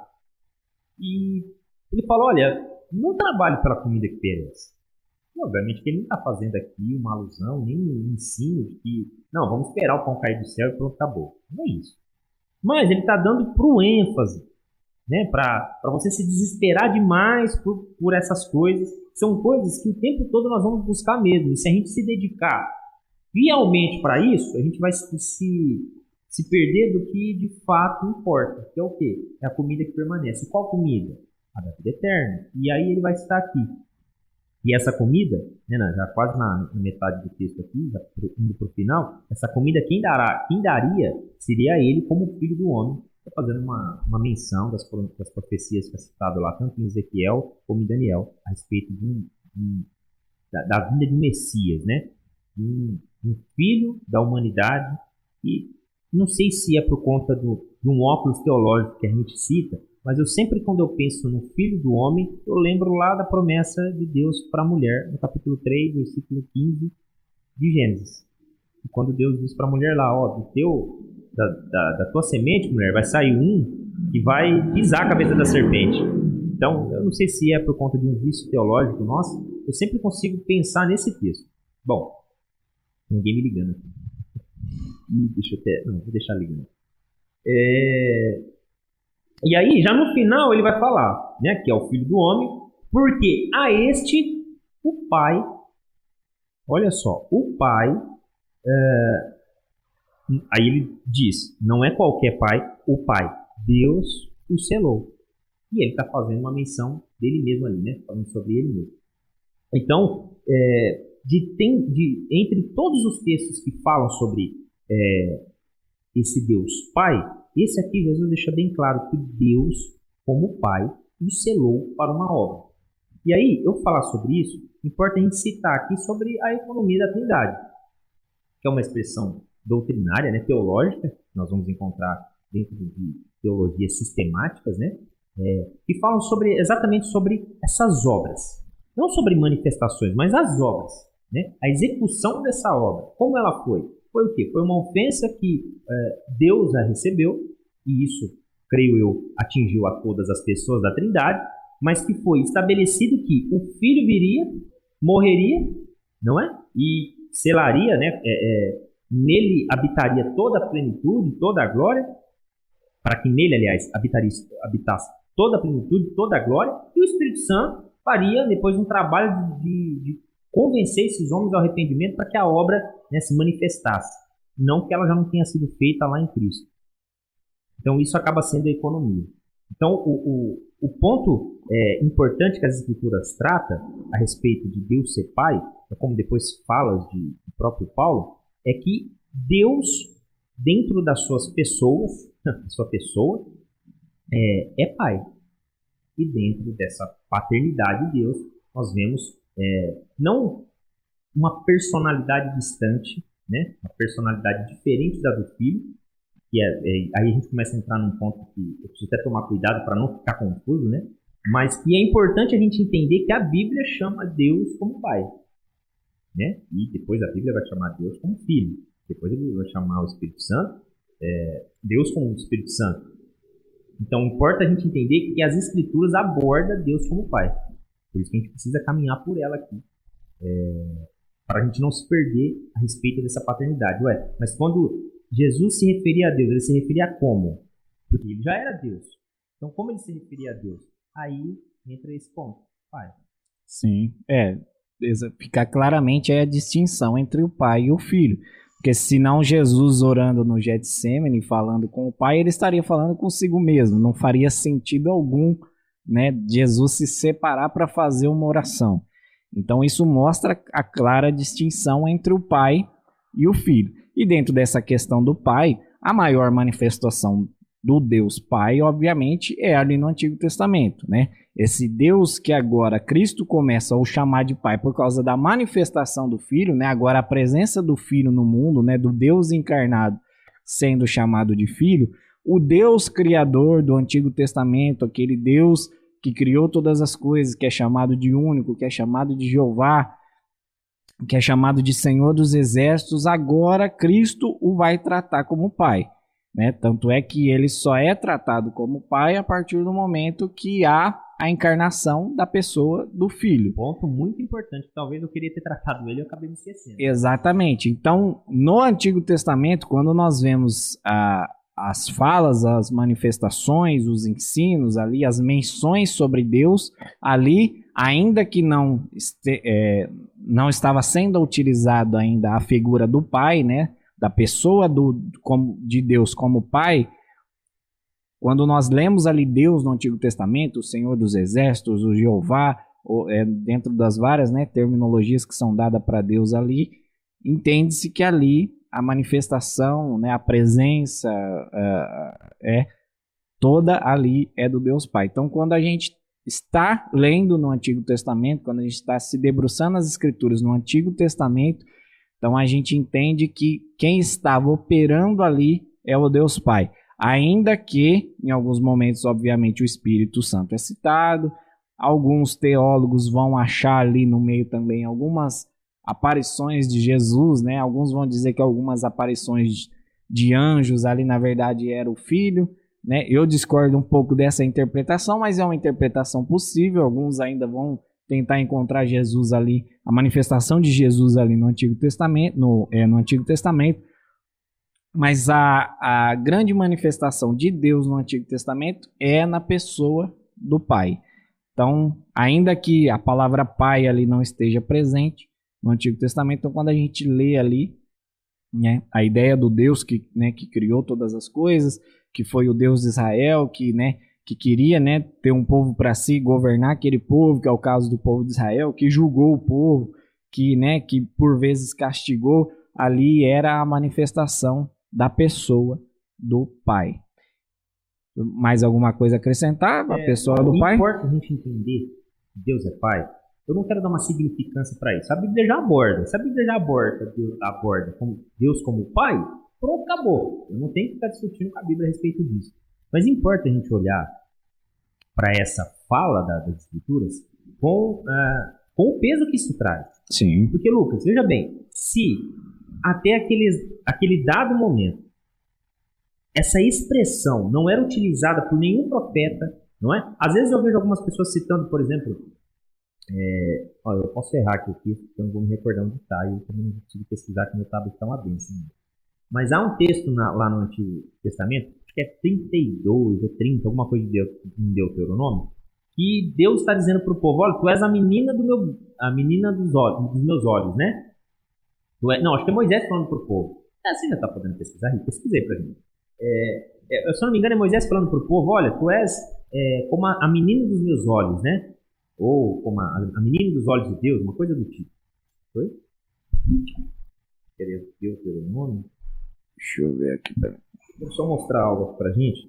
E ele fala, olha, não trabalhe pela comida que perece. E, obviamente que ele não está fazendo aqui uma alusão, nem um ensino de que, não, vamos esperar o pão cair do céu e pronto, acabou. Não é isso. Mas ele está dando para o ênfase, né, para você se desesperar demais por, por essas coisas. São coisas que o tempo todo nós vamos buscar mesmo. E se a gente se dedicar fielmente para isso, a gente vai se, se, se perder do que de fato importa, que é o quê? É a comida que permanece. Qual comida? A da vida eterna. E aí ele vai estar aqui. E essa comida, né, já quase na, na metade do texto aqui, já indo para o final, essa comida quem, dará, quem daria seria ele como filho do homem. Estou fazendo uma, uma menção das, das profecias que é citado lá, tanto em Ezequiel como em Daniel, a respeito de um, de, da, da vinda de Messias, né? De um, um filho da humanidade. E não sei se é por conta do, de um óculos teológico que a gente cita, mas eu sempre, quando eu penso no Filho do Homem, eu lembro lá da promessa de Deus para a mulher, no capítulo três, versículo quinze de Gênesis. E quando Deus diz para a mulher lá, ó, do teu, da, da, da tua semente, mulher, vai sair um que vai pisar a cabeça da serpente. Então, eu não sei se é por conta de um vício teológico nosso, eu sempre consigo pensar nesse texto. Bom, ninguém me ligando aqui. Deixa eu até... Não, vou deixar ligando. É... E aí, já no final, ele vai falar, né, que é o Filho do Homem, porque a este, o Pai, olha só, o Pai, é, aí ele diz, não é qualquer Pai, o Pai, Deus o selou. E ele está fazendo uma menção dele mesmo ali, né, falando sobre ele mesmo. Então, é, de, tem, de, entre todos os textos que falam sobre é, esse Deus Pai, esse aqui Jesus deixa bem claro que Deus, como Pai, o selou para uma obra. E aí, eu falar sobre isso, importa a gente citar aqui sobre a economia da Trindade, que é uma expressão doutrinária, né, teológica, que nós vamos encontrar dentro de teologias sistemáticas, né, é, que falam sobre, exatamente sobre essas obras. Não sobre manifestações, mas as obras, né, a execução dessa obra. Como ela foi? Foi o quê? Foi uma ofensa que é, Deus a recebeu, e isso, creio eu, atingiu a todas as pessoas da Trindade, mas que foi estabelecido que o Filho viria, morreria, não é? E selaria, né? É, é, nele habitaria toda a plenitude, toda a glória, para que nele, aliás, habitaria, habitasse toda a plenitude, toda a glória, e o Espírito Santo faria depois um trabalho de, de, de convencer esses homens ao arrependimento para que a obra, né, se manifestasse. Não que ela já não tenha sido feita lá em Cristo. Então isso acaba sendo a economia. Então o, o, o ponto é, importante que as Escrituras tratam a respeito de Deus ser Pai, como depois falas de, de próprio Paulo, é que Deus, dentro das suas pessoas, da sua pessoa, é, é Pai. E dentro dessa paternidade de Deus, nós vemos é, não uma personalidade distante, né? Uma personalidade diferente da do Filho, que é, é, aí a gente começa a entrar num ponto que eu preciso até tomar cuidado para não ficar confuso, né? Mas que é importante a gente entender que a Bíblia chama Deus como Pai. né? E depois a Bíblia vai chamar Deus como Filho. Depois ele vai chamar o Espírito Santo, é, Deus como Espírito Santo. Então importa a gente entender que as Escrituras abordam Deus como Pai. Por isso que a gente precisa caminhar por ela aqui. É, para a gente não se perder a respeito dessa paternidade. Ué, mas quando Jesus se referia a Deus, ele se referia a como? Porque ele já era Deus. Então como ele se referia a Deus? Aí entra esse ponto. Pai. Sim, é. Ficar claramente é a distinção entre o pai e o filho. Porque senão Jesus orando no Getsêmani, falando com o pai, ele estaria falando consigo mesmo. Não faria sentido algum, né, Jesus se separar para fazer uma oração. Então isso mostra a clara distinção entre o pai e o filho. E dentro dessa questão do pai, a maior manifestação do Deus Pai, obviamente, é ali no Antigo Testamento, né? Esse Deus que agora Cristo começa a o chamar de Pai por causa da manifestação do Filho, né? Agora a presença do Filho no mundo, né? Do Deus encarnado sendo chamado de Filho, o Deus Criador do Antigo Testamento, aquele Deus que criou todas as coisas, que é chamado de único, que é chamado de Jeová, que é chamado de Senhor dos Exércitos, agora Cristo o vai tratar como Pai. Né? Tanto é que ele só é tratado como pai a partir do momento que há a encarnação da pessoa do filho. Ponto muito importante, talvez eu queria ter tratado ele e eu acabei me esquecendo. Exatamente. Então, no Antigo Testamento, quando nós vemos a, as falas, as manifestações, os ensinos ali, as menções sobre Deus, ali, ainda que não, este, é, não estava sendo utilizado ainda a figura do pai, né? Da pessoa do, como, de Deus como Pai, quando nós lemos ali Deus no Antigo Testamento, o Senhor dos Exércitos, o Jeová, ou, é, dentro das várias, né, terminologias que são dadas para Deus ali, entende-se que ali a manifestação, né, a presença uh, é toda ali é do Deus Pai. Então, quando a gente está lendo no Antigo Testamento, quando a gente está se debruçando nas Escrituras no Antigo Testamento, então a gente entende que quem estava operando ali é o Deus Pai. Ainda que, em alguns momentos, obviamente, o Espírito Santo é citado. Alguns teólogos vão achar ali no meio também algumas aparições de Jesus, né? Alguns vão dizer que algumas aparições de anjos ali, na verdade, era o Filho, né? Eu discordo um pouco dessa interpretação, mas é uma interpretação possível. Alguns ainda vão tentar encontrar Jesus ali, a manifestação de Jesus ali no Antigo Testamento, no, é, no Antigo Testamento, mas a, a grande manifestação de Deus no Antigo Testamento é na pessoa do Pai. Então, ainda que a palavra Pai ali não esteja presente no Antigo Testamento, então quando a gente lê ali, né, a ideia do Deus que, né, que criou todas as coisas, que foi o Deus de Israel, que, né, que queria, né, ter um povo para si, governar aquele povo, que é o caso do povo de Israel, que julgou o povo, que, né, que por vezes castigou, ali era a manifestação da pessoa do Pai. Mais alguma coisa a acrescentar? A é, pessoa do Pai? Importa a gente entender que Deus é Pai. Eu não quero dar uma significância para isso. A Bíblia já aborda. Se a Bíblia já aborda, Deus, aborda como Deus como Pai, pronto, acabou. Eu não tenho que ficar discutindo com a Bíblia a respeito disso. Mas importa a gente olhar para essa fala da, das Escrituras com, uh, com o peso que isso traz. Sim. Porque, Lucas, veja bem, se até aqueles, aquele dado momento essa expressão não era utilizada por nenhum profeta, não é? Às vezes eu vejo algumas pessoas citando, por exemplo, é, ó, eu posso errar aqui, aqui, eu não vou me recordar onde está, eu também não consigo pesquisar que meu tablet está uma benção. Mas há um texto na, lá no Antigo Testamento, acho que é trinta e dois ou trinta, alguma coisa de Deus, em Deuteronômio, que Deus está dizendo para o povo, olha, tu és a menina, do meu, a menina dos, olhos, dos meus olhos, né? Tu é, não, acho que é Moisés falando para o povo. É, você já está podendo pesquisar? Eu pesquisei para gente. É, é, se eu não me engano, é Moisés falando para o povo, olha, tu és é, como a, a menina dos meus olhos, né? Ou como a, a menina dos olhos de Deus, uma coisa do tipo. Foi? Queria ver o teu nome? Deixa eu ver aqui. Vou só mostrar algo pra gente.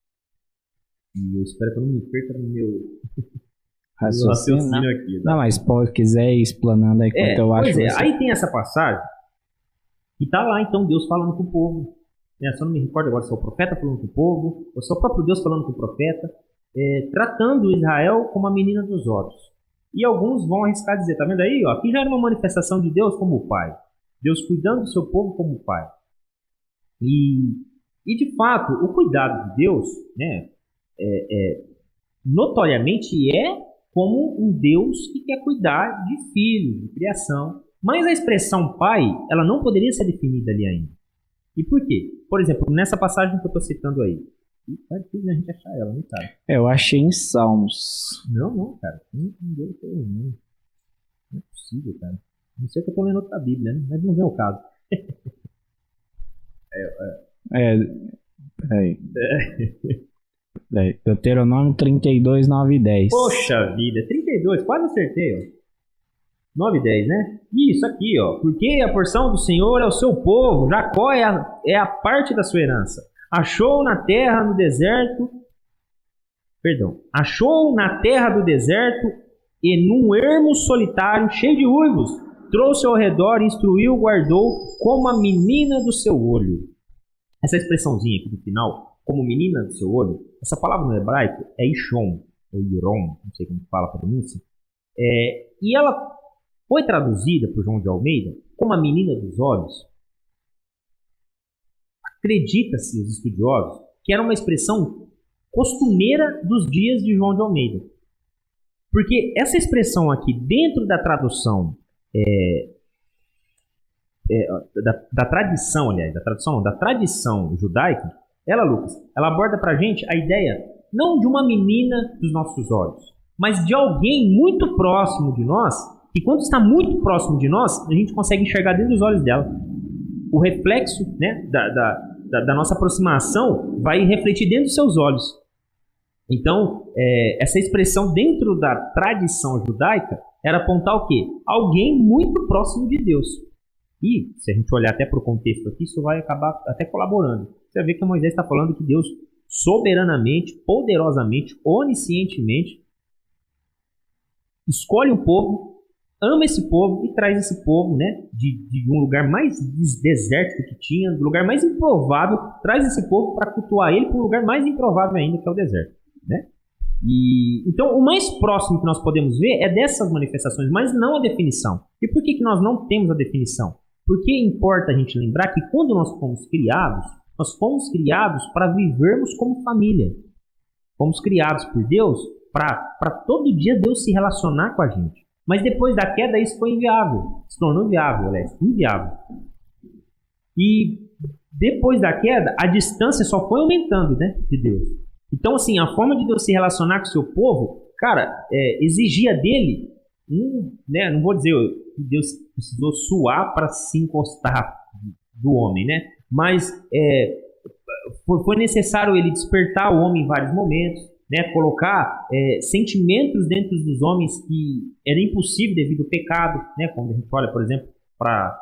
E eu espero que eu não me perca no meu raciocínio, raciocínio aqui. Tá? Não, mas pode quiser ir explanando aí quanto é, eu acho. Pois é, você... aí tem essa passagem e tá lá então Deus falando com o povo. É, só não me recordo agora se é o profeta falando com o povo, ou se é o próprio Deus falando com o profeta, é, tratando Israel como a menina dos olhos. E alguns vão arriscar dizer, tá vendo aí? Ó, aqui já era uma manifestação de Deus como Pai. Deus cuidando do seu povo como Pai. E, e de fato, o cuidado de Deus, né, é, é, notoriamente é como um Deus que quer cuidar de filhos, de criação. Mas a expressão Pai, ela não poderia ser definida ali ainda. E por quê? Por exemplo, nessa passagem que eu estou citando aí. Tá difícil a gente achar ela, né, cara? É, eu achei em Salmos. Não, não, cara. Não, não, não, não é possível, cara. Não sei que eu tô lendo outra Bíblia, né? Mas não vem o caso. é, é. É, peraí. É. Deuteronômio trinta e dois, nove e dez. Poxa vida, trinta e dois, quase acertei, ó. nove e dez, né? Isso aqui, ó. Porque a porção do Senhor é o seu povo, Jacó é a, é a parte da sua herança. Achou na terra, no deserto, perdão, achou na terra do deserto e num ermo solitário, cheio de uivos, trouxe ao redor, instruiu, guardou como a menina do seu olho. Essa expressãozinha aqui no final, como menina do seu olho, essa palavra no hebraico é Ishon, ou Iron, não sei como fala a pronúncia, é, e ela foi traduzida por João de Almeida como a menina dos olhos. Acredita-se, os estudiosos, que era uma expressão costumeira dos dias de João de Almeida. Porque essa expressão aqui, dentro da tradução, é, é, da, da tradição, aliás, da tradução não, da tradição judaica, ela, Lucas, ela aborda pra gente a ideia não de uma menina dos nossos olhos, mas de alguém muito próximo de nós, que quando está muito próximo de nós, a gente consegue enxergar dentro dos olhos dela. O reflexo, né, da, da, da, da nossa aproximação vai refletir dentro dos seus olhos. Então, é, essa expressão dentro da tradição judaica era apontar o quê? Alguém muito próximo de Deus. E, se a gente olhar até para o contexto aqui, isso vai acabar até colaborando. Você vai ver que Moisés está falando que Deus soberanamente, poderosamente, oniscientemente escolhe um povo, ama esse povo e traz esse povo, né, de, de um lugar mais desértico que tinha, do lugar mais improvável, traz esse povo para cultuar ele para um lugar mais improvável ainda, que é o deserto, né? E, então, o mais próximo que nós podemos ver é dessas manifestações, mas não a definição. E por que, que nós não temos a definição? Porque importa a gente lembrar que quando nós fomos criados, nós fomos criados para vivermos como família. Fomos criados por Deus para todo dia Deus se relacionar com a gente. Mas depois da queda isso foi inviável. Se tornou inviável, aliás, inviável. E depois da queda, a distância só foi aumentando, né, de Deus. Então, assim, a forma de Deus se relacionar com o seu povo, cara, é, exigia dele, um, né, não vou dizer que Deus precisou suar para se encostar do homem, né? Mas é, foi, foi necessário ele despertar o homem em vários momentos, né, colocar é, sentimentos dentro dos homens que era impossível devido ao pecado, né, quando a gente olha, por exemplo, para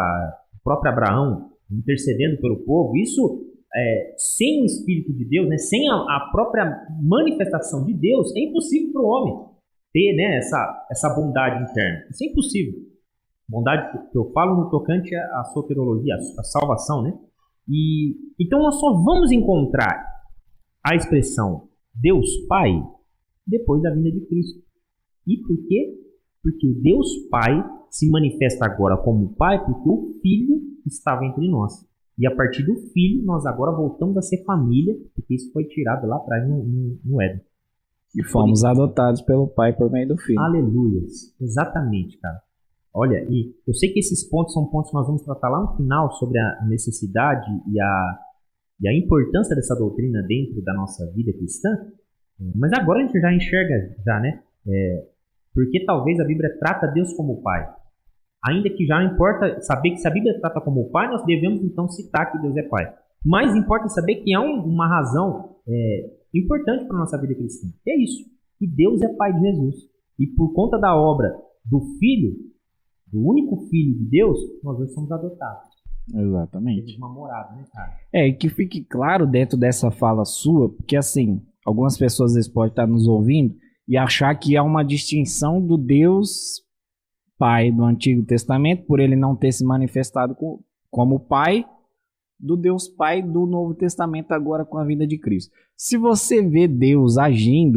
o próprio Abraão intercedendo pelo povo, isso é, sem o Espírito de Deus, né, sem a, a própria manifestação de Deus, é impossível para o homem ter, né, essa, essa bondade interna. Isso é impossível. Bondade que eu falo no tocante à soteriologia, a salvação, né? E, então nós só vamos encontrar a expressão Deus Pai depois da vinda de Cristo. E por quê? Porque o Deus Pai se manifesta agora como Pai porque o Filho estava entre nós. E a partir do Filho nós agora voltamos a ser família, porque isso foi tirado lá atrás no, no, no Éden. E fomos adotados pelo Pai por meio do Filho. Aleluias. Exatamente, cara. Olha, e eu sei que esses pontos são pontos que nós vamos tratar lá no final sobre a necessidade e a, e a importância dessa doutrina dentro da nossa vida cristã, mas agora a gente já enxerga, já, né? É, porque talvez a Bíblia trata Deus como Pai. Ainda que já importa saber que se a Bíblia trata como Pai, nós devemos então citar que Deus é Pai. Mas importa saber que há um, uma razão é, importante para a nossa vida cristã. Que é isso, que Deus é Pai de Jesus. E por conta da obra do Filho, do único Filho de Deus, nós hoje somos adotados. Exatamente. Temos uma morada, né, cara? É, e que fique claro dentro dessa fala sua, porque assim, algumas pessoas às vezes podem estar nos ouvindo e achar que há uma distinção do Deus Pai do Antigo Testamento, por ele não ter se manifestado como Pai, do Deus Pai do Novo Testamento agora com a vinda de Cristo. Se você vê Deus agindo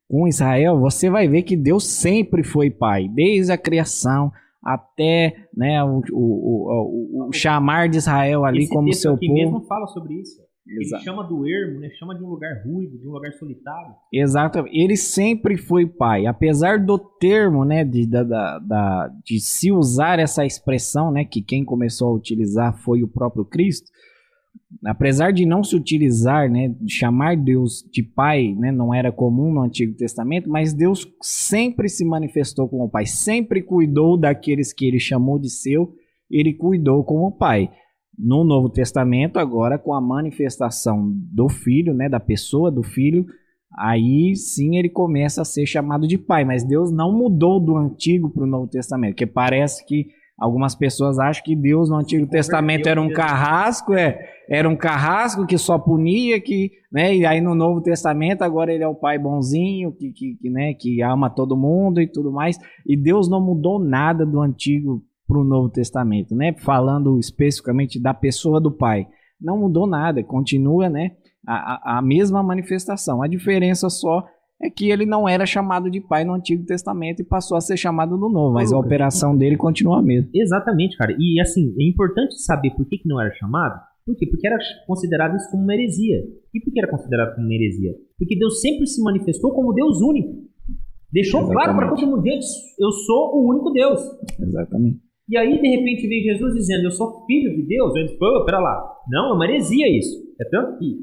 com Israel, você vai ver que Deus sempre foi pai, desde a criação até, né, o, o, o, o chamar de Israel ali Esse como texto seu aqui povo. mesmo fala sobre isso. Exato. Ele chama do ermo, né? Chama de um lugar ruivo, de um lugar solitário. Exato. Ele sempre foi pai. Apesar do termo, né, de, da, da, da, de se usar essa expressão, né, que quem começou a utilizar foi o próprio Cristo. Apesar de não se utilizar, né, de chamar Deus de pai, né, não era comum no Antigo Testamento, mas Deus sempre se manifestou como pai, sempre cuidou daqueles que ele chamou de seu, ele cuidou como pai. No Novo Testamento, agora com a manifestação do Filho, né, da pessoa do Filho, aí sim ele começa a ser chamado de pai, mas Deus não mudou do Antigo para o Novo Testamento, porque parece que algumas pessoas acham que Deus no Antigo Testamento era um carrasco, é, era um carrasco que só punia, que, né, e aí no Novo Testamento agora ele é o pai bonzinho, que, que, que, né, que ama todo mundo e tudo mais, e Deus não mudou nada do Antigo para o Novo Testamento, né, falando especificamente da pessoa do pai, não mudou nada, continua, né, a, a mesma manifestação, a diferença só é que ele não era chamado de pai no Antigo Testamento e passou a ser chamado no Novo, mas a operação dele continua a mesma. Exatamente, cara. E assim, é importante saber por que, que não era chamado. Por quê? Porque era considerado isso como uma heresia. E por que era considerado como uma heresia? Porque Deus sempre se manifestou como Deus único. Deixou Exatamente. Claro para todo mundo, gente, eu sou o único Deus. Exatamente. E aí, de repente, vem Jesus dizendo, eu sou filho de Deus. Eu disse, pô, pera lá. Não, é uma heresia isso. É tanto que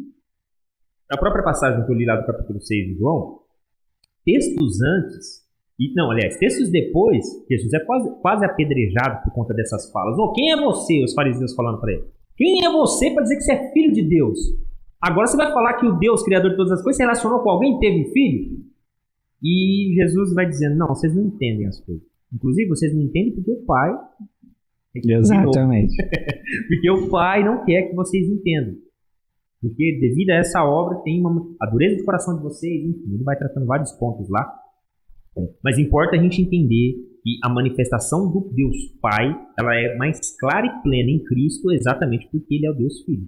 a própria passagem que eu li lá do capítulo seis de João, textos antes, e não, aliás, textos depois, Jesus é quase, quase apedrejado por conta dessas falas. Oh, quem é você? Os fariseus falando para ele. Quem é você para dizer que você é filho de Deus? Agora você vai falar que o Deus, criador de todas as coisas, se relacionou com alguém e teve filho? E Jesus vai dizendo, não, vocês não entendem as coisas. Inclusive, vocês não entendem porque o Pai... Exatamente. Porque o Pai não quer que vocês entendam. Porque devido a essa obra tem uma, a dureza do coração de vocês, enfim, ele vai tratando vários pontos lá. Mas importa a gente entender que a manifestação do Deus Pai, ela é mais clara e plena em Cristo exatamente porque ele é o Deus Filho.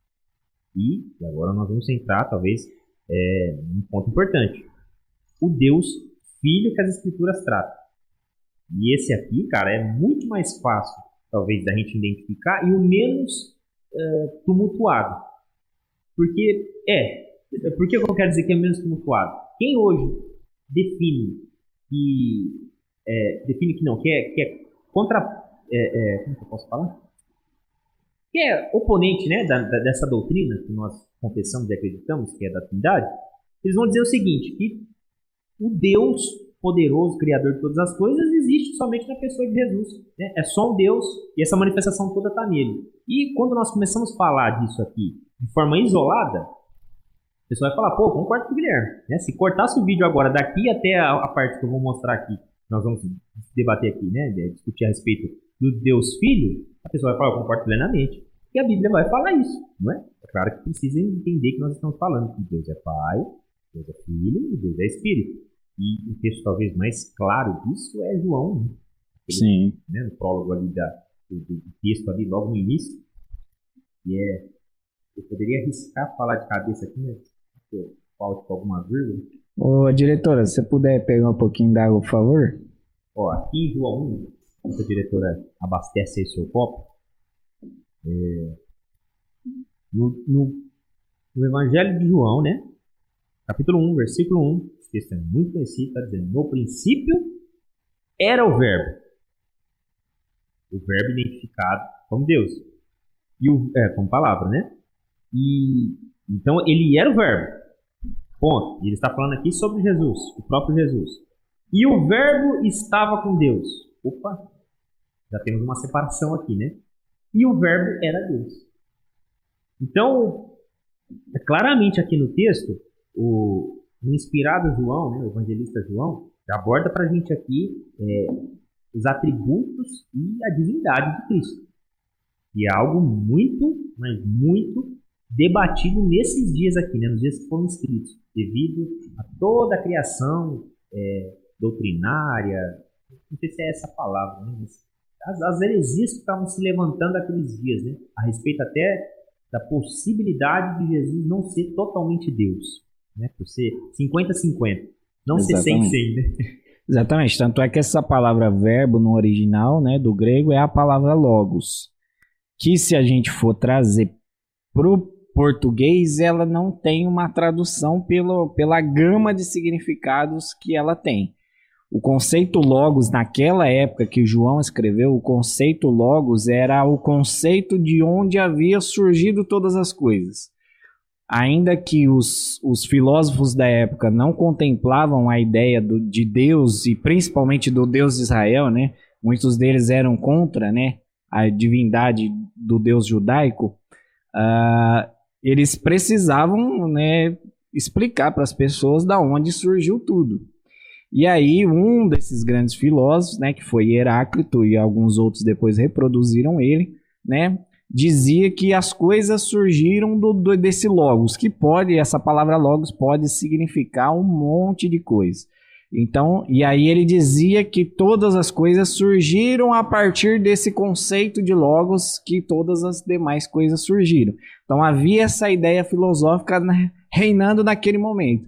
E agora nós vamos entrar, talvez, é, um ponto importante. O Deus Filho que as Escrituras tratam. E esse aqui, cara, é muito mais fácil, talvez, da gente identificar e o menos é, tumultuado. Porque, é, por que eu quero dizer que é menos tumultuado? Quem hoje define que, é, define que não, que é, que é contra, é, é, como que eu posso falar? Que é oponente, né, da, da, dessa doutrina que nós confessamos e acreditamos, que é da Trindade, eles vão dizer o seguinte, que o Deus poderoso, criador de todas as coisas, existe somente na pessoa de Jesus. Né? É só um Deus e essa manifestação toda está nele. E quando nós começamos a falar disso aqui de forma isolada, o pessoal vai falar, pô, concordo com o Guilherme. Né? Se cortasse o vídeo agora daqui até a, a parte que eu vou mostrar aqui, nós vamos debater aqui, né? Discutir a respeito do Deus Filho, a pessoa vai falar, eu concordo plenamente. E a Bíblia vai falar isso, não é? É claro que precisa entender que nós estamos falando que Deus é Pai, Deus é Filho e Deus é Espírito. E o texto talvez mais claro disso é João, né? Ele, Sim. Né, no prólogo ali da, do, do texto ali, logo no início. E é, eu poderia arriscar falar de cabeça aqui, mas eu falte com alguma vírgula. Ô, diretora, se você puder pegar um pouquinho d'água, por favor. Ó, aqui em João um, essa diretora abastece aí seu copo. É, no, no, no Evangelho de João, né? Capítulo um, versículo um. Esse texto é muito conhecido, está dizendo, no princípio era o verbo. O verbo identificado como Deus. E o, é, como palavra, né? E, então, ele era o verbo. Ponto. E ele está falando aqui sobre Jesus, o próprio Jesus. E o verbo estava com Deus. Opa, já temos uma separação aqui, né? E o verbo era Deus. Então, claramente aqui no texto, o, o inspirado João, né, o evangelista João, aborda para a gente aqui é, os atributos e a divindade de Cristo. E é algo muito, mas muito debatido nesses dias aqui, né, nos dias que foram escritos, devido a toda a criação é, doutrinária, não sei se é essa palavra, né, mas as, as heresias que estavam se levantando naqueles dias, né, a respeito até da possibilidade de Jesus não ser totalmente Deus, né, por ser cinquenta a cinquenta. Não ser sem sem, né? Exatamente, tanto é que essa palavra verbo no original, né, do grego, é a palavra logos, que se a gente for trazer pro português, ela não tem uma tradução pelo, pela gama de significados que ela tem. O conceito logos, naquela época que João escreveu, o conceito logos era o conceito de onde havia surgido todas as coisas. Ainda que os, os filósofos da época não contemplavam a ideia do, de Deus, e principalmente do Deus de Israel, né? Muitos deles eram contra, né, a divindade do Deus judaico. Uh, eles precisavam, né, explicar para as pessoas da onde surgiu tudo. E aí um desses grandes filósofos, né, que foi Heráclito, e alguns outros depois reproduziram ele, né, dizia que as coisas surgiram do, do, desse logos, que pode, essa palavra logos pode significar um monte de coisa. Então, e aí ele dizia que todas as coisas surgiram a partir desse conceito de logos, que todas as demais coisas surgiram. Então havia essa ideia filosófica, né, reinando naquele momento.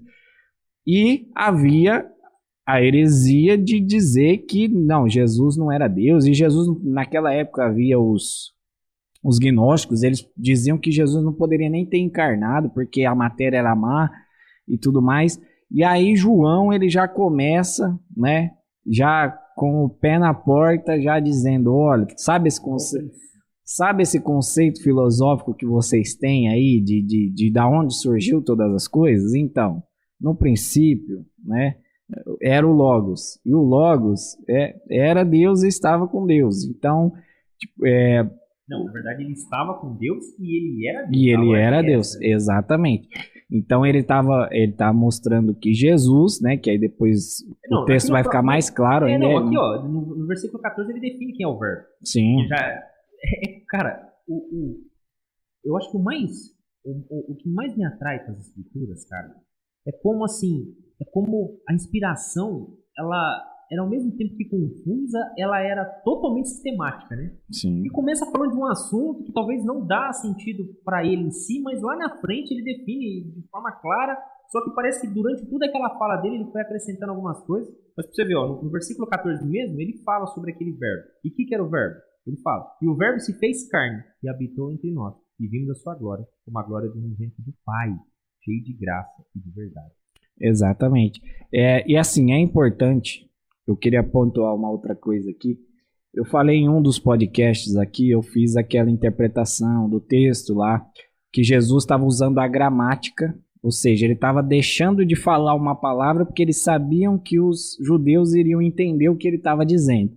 E havia a heresia de dizer que não, Jesus não era Deus, e Jesus, naquela época havia os, os gnósticos, eles diziam que Jesus não poderia nem ter encarnado, porque a matéria era má e tudo mais. E aí João, ele já começa, né, já com o pé na porta, já dizendo, olha, sabe esse conceito, sabe esse conceito filosófico que vocês têm aí, de, de, de da onde surgiu todas as coisas? Então, no princípio, né, era o Logos, e o Logos é, era Deus e estava com Deus. Então, tipo, é... Não, na verdade ele estava com Deus e ele era Deus. E ele era Deus, era. Exatamente. Então ele estava ele tá mostrando que Jesus, né, que aí depois não, o texto vai ficar mais claro. É, né? não, aqui ó, no, no versículo catorze ele define quem é o verbo. Sim. Já, é, cara, o, o, eu acho que o mais, o, o, o que mais me atrai com as escrituras, cara, é como assim, é como a inspiração, ela era ao mesmo tempo que confusa, ela era totalmente sistemática, né? Sim. E começa falando de um assunto que talvez não dá sentido para ele em si, mas lá na frente ele define de forma clara, só que parece que durante toda aquela fala dele ele foi acrescentando algumas coisas. Mas pra você ver, ó, no, no versículo catorze mesmo, ele fala sobre aquele verbo. E o que, que era o verbo? Ele fala, e o verbo se fez carne e habitou entre nós, e vimos a sua glória, como a glória do unigênito do Pai, cheio de graça e de verdade. Exatamente. É, e assim, é importante, eu queria pontuar uma outra coisa aqui. Eu falei em um dos podcasts aqui, eu fiz aquela interpretação do texto lá, que Jesus estava usando a gramática, ou seja, ele estava deixando de falar uma palavra porque eles sabiam que os judeus iriam entender o que ele estava dizendo.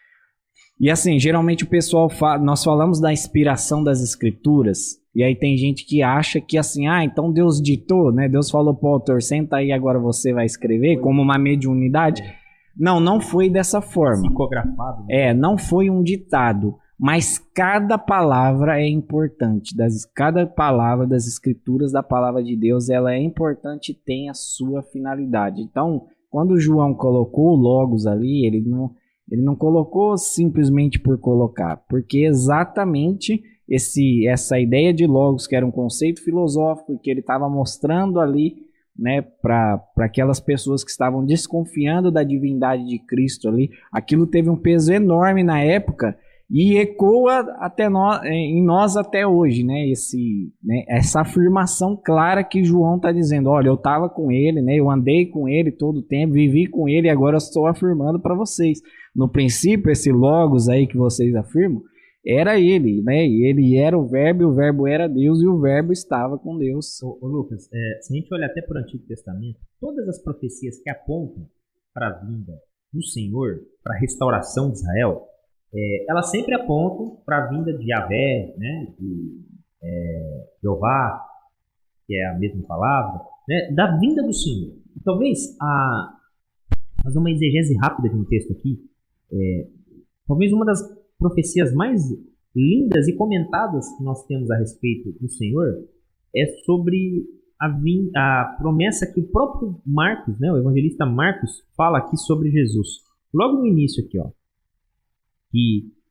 E assim, geralmente o pessoal fala, nós falamos da inspiração das escrituras, e aí tem gente que acha que assim, ah, então Deus ditou, né? Deus falou pro autor, senta aí, agora você vai escrever, como uma mediunidade. Não, não foi dessa forma. Psicografado. Né? É, não foi um ditado, mas cada palavra é importante. Das, cada palavra das escrituras da palavra de Deus, ela é importante e tem a sua finalidade. Então, quando João colocou o Logos ali, ele não, ele não colocou simplesmente por colocar, porque exatamente esse, essa ideia de Logos, que era um conceito filosófico, que ele estava mostrando ali, né, para aquelas pessoas que estavam desconfiando da divindade de Cristo ali, aquilo teve um peso enorme na época e ecoa até nós, em nós até hoje, né, esse, né, essa afirmação clara que João está dizendo, olha, eu estava com ele, né, eu andei com ele todo o tempo, vivi com ele e agora estou afirmando para vocês. No princípio, esse Logos aí que vocês afirmam, era ele, né? E ele era o verbo, e o verbo era Deus, e o verbo estava com Deus. Ô, ô Lucas, é, se a gente olhar até para o Antigo Testamento, todas as profecias que apontam para a vinda do Senhor, para a restauração de Israel, é, elas sempre apontam para a vinda de Yahvé, né? De é, Jeová, que é a mesma palavra, né? Da vinda do Senhor. E talvez, a, fazer uma exegese rápida de um texto aqui, é, talvez uma das profecias mais lindas e comentadas que nós temos a respeito do Senhor é sobre a, vim, a promessa que o próprio Marcos, né, o evangelista Marcos, fala aqui sobre Jesus. Logo no início aqui, ó, que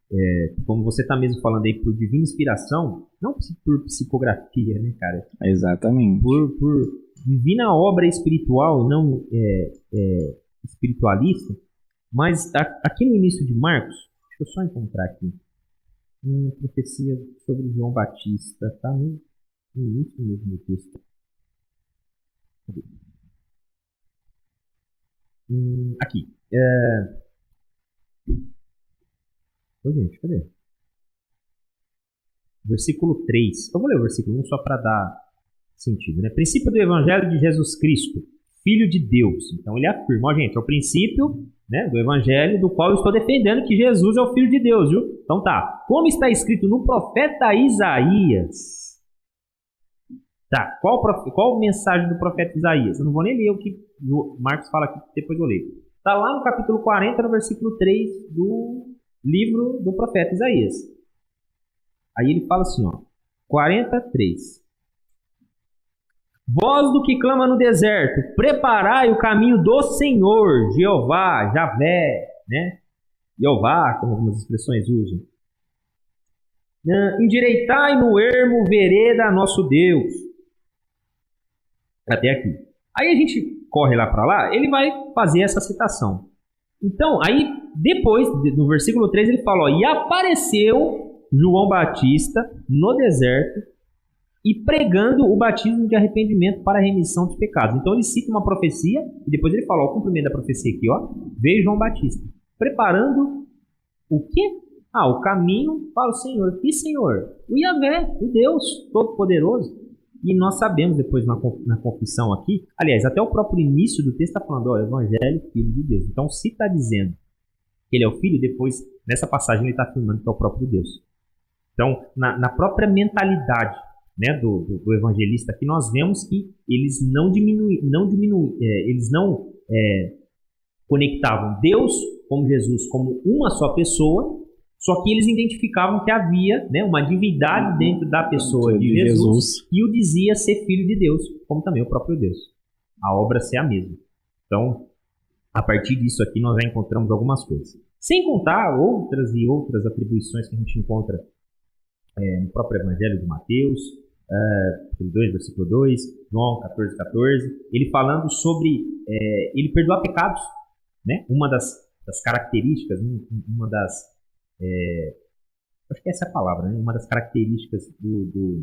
é, como você está mesmo falando aí, por divina inspiração, não por psicografia, né, cara? Exatamente. Por, por divina obra espiritual, não é, é, espiritualista, mas a, aqui no início de Marcos, deixa eu só encontrar aqui, uma profecia sobre João Batista, tá no, no início mesmo do texto. Cadê? Hum, aqui. É... Ô, gente, cadê? Versículo três. Eu vou ler o versículo um só para dar sentido, né? Princípio do Evangelho de Jesus Cristo, Filho de Deus. Então ele afirma, ó, gente, é o princípio, né, do Evangelho do qual eu estou defendendo que Jesus é o Filho de Deus, viu? Então tá. Como está escrito no profeta Isaías. Tá. Qual, qual mensagem do profeta Isaías? Eu não vou nem ler o que o Marcos fala aqui, depois eu leio. Tá lá no capítulo quarenta, no versículo três do livro do profeta Isaías. Aí ele fala assim, ó, quarenta e três. Voz do que clama no deserto, preparai o caminho do Senhor, Jeová, Javé, né? Jeová, como algumas expressões usam. Endireitai no ermo vereda nosso Deus. Até aqui. Aí a gente corre lá para lá, ele vai fazer essa citação. Então, aí depois, no versículo três, ele fala, ó, e apareceu João Batista no deserto e pregando o batismo de arrependimento para a remissão dos pecados. Então ele cita uma profecia e depois ele fala, ó, o cumprimento da profecia aqui, ó, veio João Batista, preparando o quê? Ah, o caminho para o Senhor. Que Senhor? O Yahvé, o Deus Todo-Poderoso. E nós sabemos depois na, na confissão aqui, aliás, até o próprio início do texto está falando, ó, Evangelho, Filho de Deus. Então se está dizendo que ele é o Filho, depois nessa passagem ele está afirmando que é o próprio Deus. Então, na, na própria mentalidade, né, do, do, do evangelista aqui, nós vemos que eles não diminuem, não diminui, é, eles não é, conectavam Deus como Jesus como uma só pessoa, só que eles identificavam que havia, né, uma divindade dentro da pessoa de Jesus, Jesus e o dizia ser filho de Deus, como também o próprio Deus. A obra ser a mesma. Então, a partir disso aqui nós já encontramos algumas coisas. Sem contar outras e outras atribuições que a gente encontra é, no próprio Evangelho de Mateus, capítulo dois, versículo dois, João quatorze, quatorze, ele falando sobre é, ele perdoar pecados, né? Uma das, das características, uma das é, acho que essa é a palavra, né? Uma das características do, do,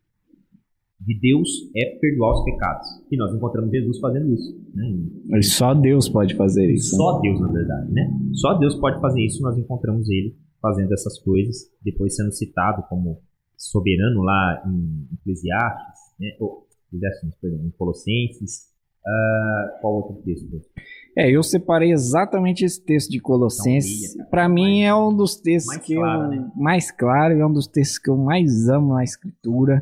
de Deus é perdoar os pecados. E nós encontramos Jesus fazendo isso, né? Só Deus pode fazer isso. Só né? Deus, na verdade, né? Só Deus pode fazer isso. Nós encontramos ele fazendo essas coisas, depois sendo citado como soberano lá em Eclesiastes, né? Ou, em Colossenses. Uh, qual outro texto? É, eu separei exatamente esse texto de Colossenses. Então, para mim é um dos textos mais que claro, eu, né? mais claro, é um dos textos que eu mais amo na Escritura,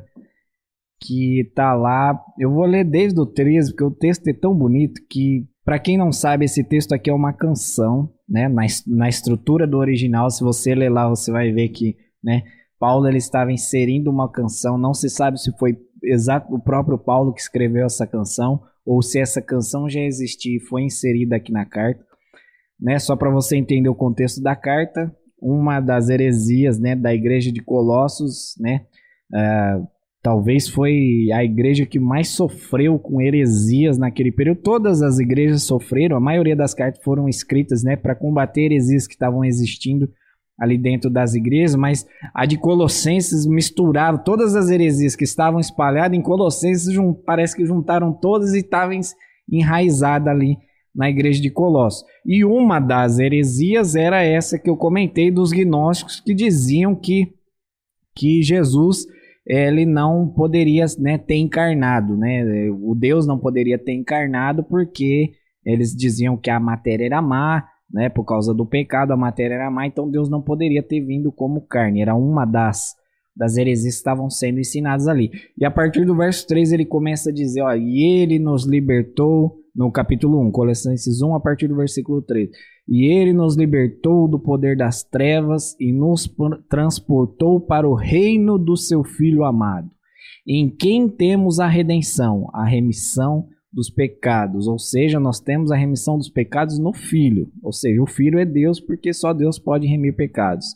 que tá lá. Eu vou ler desde o treze, porque o texto é tão bonito que, para quem não sabe, esse texto aqui é uma canção, né? Na, na estrutura do original, se você ler lá, você vai ver que, né, Paulo ele estava inserindo uma canção. Não se sabe se foi exato o próprio Paulo que escreveu essa canção ou se essa canção já existia e foi inserida aqui na carta, né? Só para você entender o contexto da carta, uma das heresias, né, da igreja de Colossos, né, uh, talvez foi a igreja que mais sofreu com heresias naquele período. Todas as igrejas sofreram, a maioria das cartas foram escritas, né, para combater heresias que estavam existindo ali dentro das igrejas, mas a de Colossenses misturava todas as heresias que estavam espalhadas em Colossenses, jun, parece que juntaram todas e estavam enraizadas ali na igreja de Colossos. E uma das heresias era essa que eu comentei dos gnósticos, que diziam que, que Jesus ele não poderia, né, ter encarnado, né? O Deus não poderia ter encarnado porque eles diziam que a matéria era má, né, por causa do pecado, a matéria era má, então Deus não poderia ter vindo como carne. Era uma das, das heresias que estavam sendo ensinadas ali. E a partir do verso três ele começa a dizer, ó, e ele nos libertou, no capítulo um, Colossenses um, a partir do versículo três. E ele nos libertou do poder das trevas e nos transportou para o reino do seu Filho amado, em quem temos a redenção, a remissão dos pecados, ou seja, nós temos a remissão dos pecados no Filho, ou seja, o Filho é Deus porque só Deus pode remir pecados.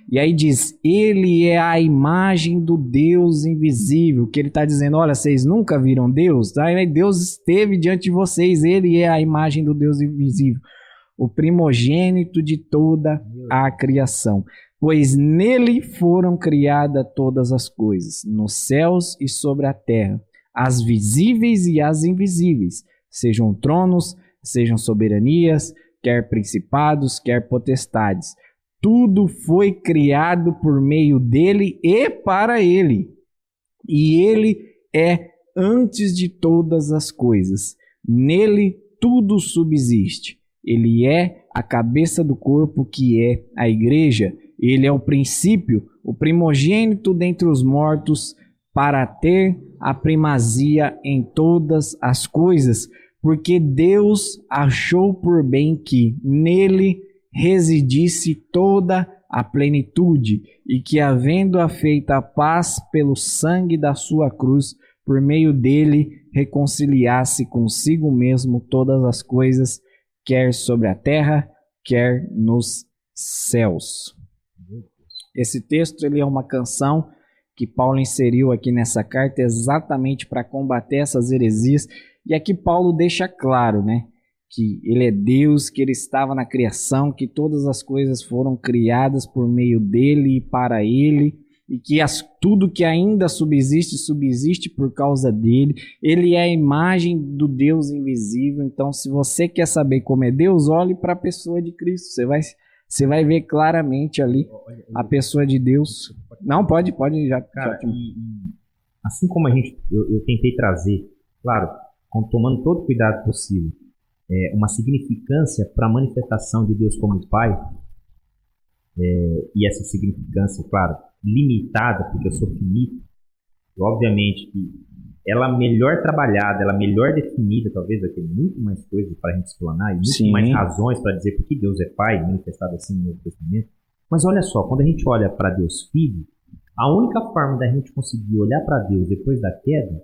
E aí diz, ele é a imagem do Deus invisível, que ele está dizendo, olha, vocês nunca viram Deus? Aí Deus esteve diante de vocês, ele é a imagem do Deus invisível, o primogênito de toda a criação. Pois nele foram criadas todas as coisas, nos céus e sobre a terra, as visíveis e as invisíveis, sejam tronos, sejam soberanias, quer principados, quer potestades. Tudo foi criado por meio dele e para ele. E ele é antes de todas as coisas. Nele tudo subsiste. Ele é a cabeça do corpo, que é a igreja. Ele é o princípio, o primogênito dentre os mortos, para ter a primazia em todas as coisas, porque Deus achou por bem que nele residisse toda a plenitude, e que, havendo-a feita a paz pelo sangue da sua cruz, por meio dele reconciliasse consigo mesmo todas as coisas, quer sobre a terra, quer nos céus. Esse texto ele é uma canção que Paulo inseriu aqui nessa carta exatamente para combater essas heresias, e aqui Paulo deixa claro, né, que ele é Deus, que ele estava na criação, que todas as coisas foram criadas por meio dele e para ele, e que as, tudo que ainda subsiste, subsiste por causa dele. Ele é a imagem do Deus invisível. Então, se você quer saber como é Deus, olhe para a pessoa de Cristo. Você vai, você vai ver claramente ali a pessoa de Deus. Não, pode, pode já. Cara, já... E, assim como a gente, eu, eu tentei trazer, claro, tomando todo o cuidado possível, É, uma significância para a manifestação de Deus como Pai, é, e essa significância, claro, limitada, porque eu sou finito, e obviamente que ela melhor trabalhada, ela melhor definida, talvez vai ter muito mais coisas para a gente explanar, e muito Sim. mais razões para dizer por que Deus é Pai, manifestado assim no Novo Testamento. Mas olha só, quando a gente olha para Deus Filho, a única forma da gente conseguir olhar para Deus depois da queda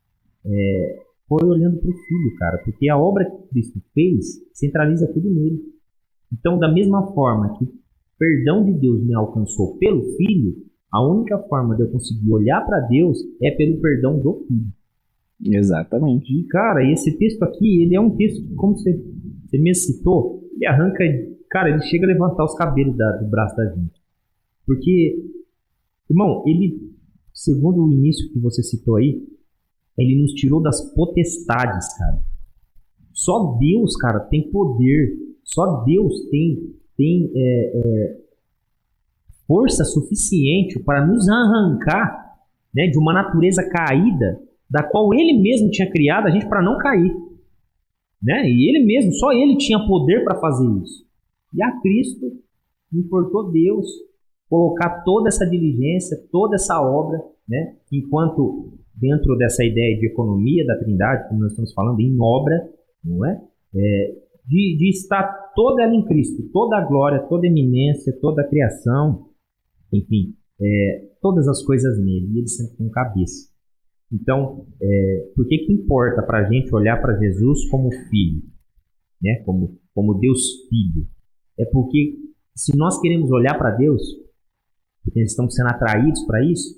é foi olhando para o Filho, cara, porque a obra que Cristo fez centraliza tudo nele. Então, da mesma forma que o perdão de Deus me alcançou pelo Filho, a única forma de eu conseguir olhar para Deus é pelo perdão do Filho. Exatamente. E, cara, esse texto aqui, ele é um texto que, como você, você mesmo citou, ele arranca, cara, ele chega a levantar os cabelos da, do braço da gente. Porque, irmão, ele, segundo o início que você citou aí, ele nos tirou das potestades, cara. Só Deus, cara, tem poder. Só Deus tem, tem é, é, força suficiente para nos arrancar, né, de uma natureza caída, da qual Ele mesmo tinha criado a gente para não cair. Né? E Ele mesmo, só Ele tinha poder para fazer isso. E a Cristo importou Deus colocar toda essa diligência, toda essa obra, né, enquanto... dentro dessa ideia de economia da Trindade, como nós estamos falando, em obra, não é? é de, de estar toda ela em Cristo, toda a glória, toda a eminência, toda a criação, enfim, é, todas as coisas nele, e ele sempre com cabeça. Então, é, por que que importa para a gente olhar para Jesus como Filho, né? como, como Deus Filho? É porque se nós queremos olhar para Deus, porque nós estamos sendo atraídos para isso,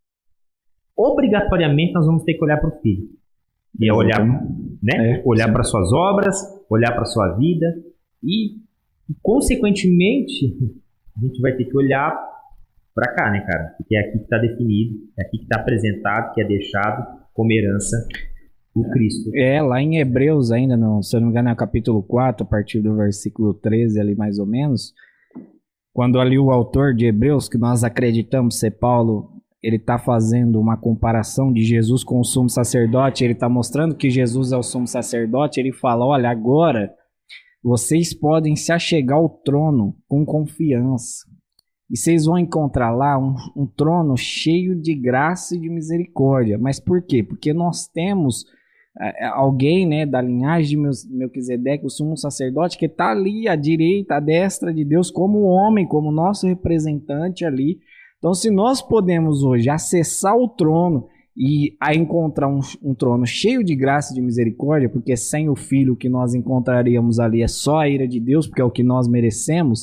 obrigatoriamente nós vamos ter que olhar para o Filho. E é olhar, né? é, olhar para suas obras, olhar para sua vida e, e, consequentemente, a gente vai ter que olhar para cá, né, cara? Porque é aqui que está definido, é aqui que está apresentado, que é deixado como herança o Cristo. É, lá em Hebreus ainda, não, se eu não me engano, é o capítulo quatro, a partir do versículo treze ali mais ou menos, quando ali o autor de Hebreus, que nós acreditamos ser Paulo, ele está fazendo uma comparação de Jesus com o sumo sacerdote, ele está mostrando que Jesus é o sumo sacerdote, ele fala, olha, agora vocês podem se achegar ao trono com confiança, e vocês vão encontrar lá um, um trono cheio de graça e de misericórdia. Mas por quê? Porque nós temos é, alguém, né, da linhagem de Melquisedeque, o sumo sacerdote, que está ali à direita, à destra de Deus, como homem, como nosso representante ali. Então, se nós podemos hoje acessar o trono e a encontrar um, um trono cheio de graça e de misericórdia, porque sem o Filho o que nós encontraríamos ali é só a ira de Deus, porque é o que nós merecemos,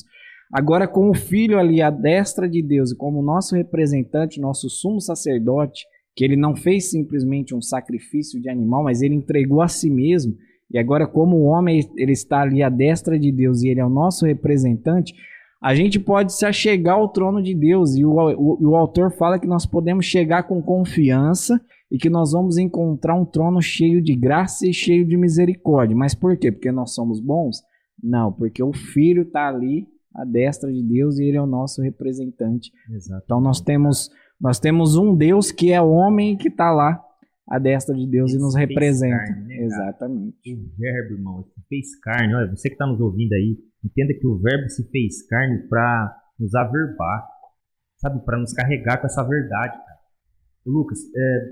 Agora, com o Filho ali à destra de Deus e como nosso representante, nosso sumo sacerdote, que ele não fez simplesmente um sacrifício de animal, mas ele entregou a si mesmo, e agora como o homem ele está ali à destra de Deus e ele é o nosso representante, a gente pode se achegar ao trono de Deus, e o, o, o autor fala que nós podemos chegar com confiança e que nós vamos encontrar um trono cheio de graça e cheio de misericórdia. Mas por quê? Porque nós somos bons? Não, porque o Filho está ali à destra de Deus e ele é o nosso representante. Exato. Então nós temos, nós temos um Deus que é homem que está lá à destra de Deus Esse e nos representa. Carne, né, exatamente. O verbo, irmão, se fez carne. Olha, você que está nos ouvindo aí, entenda que o verbo se fez carne para nos averbar, sabe? Para nos carregar com essa verdade, cara. Lucas, é,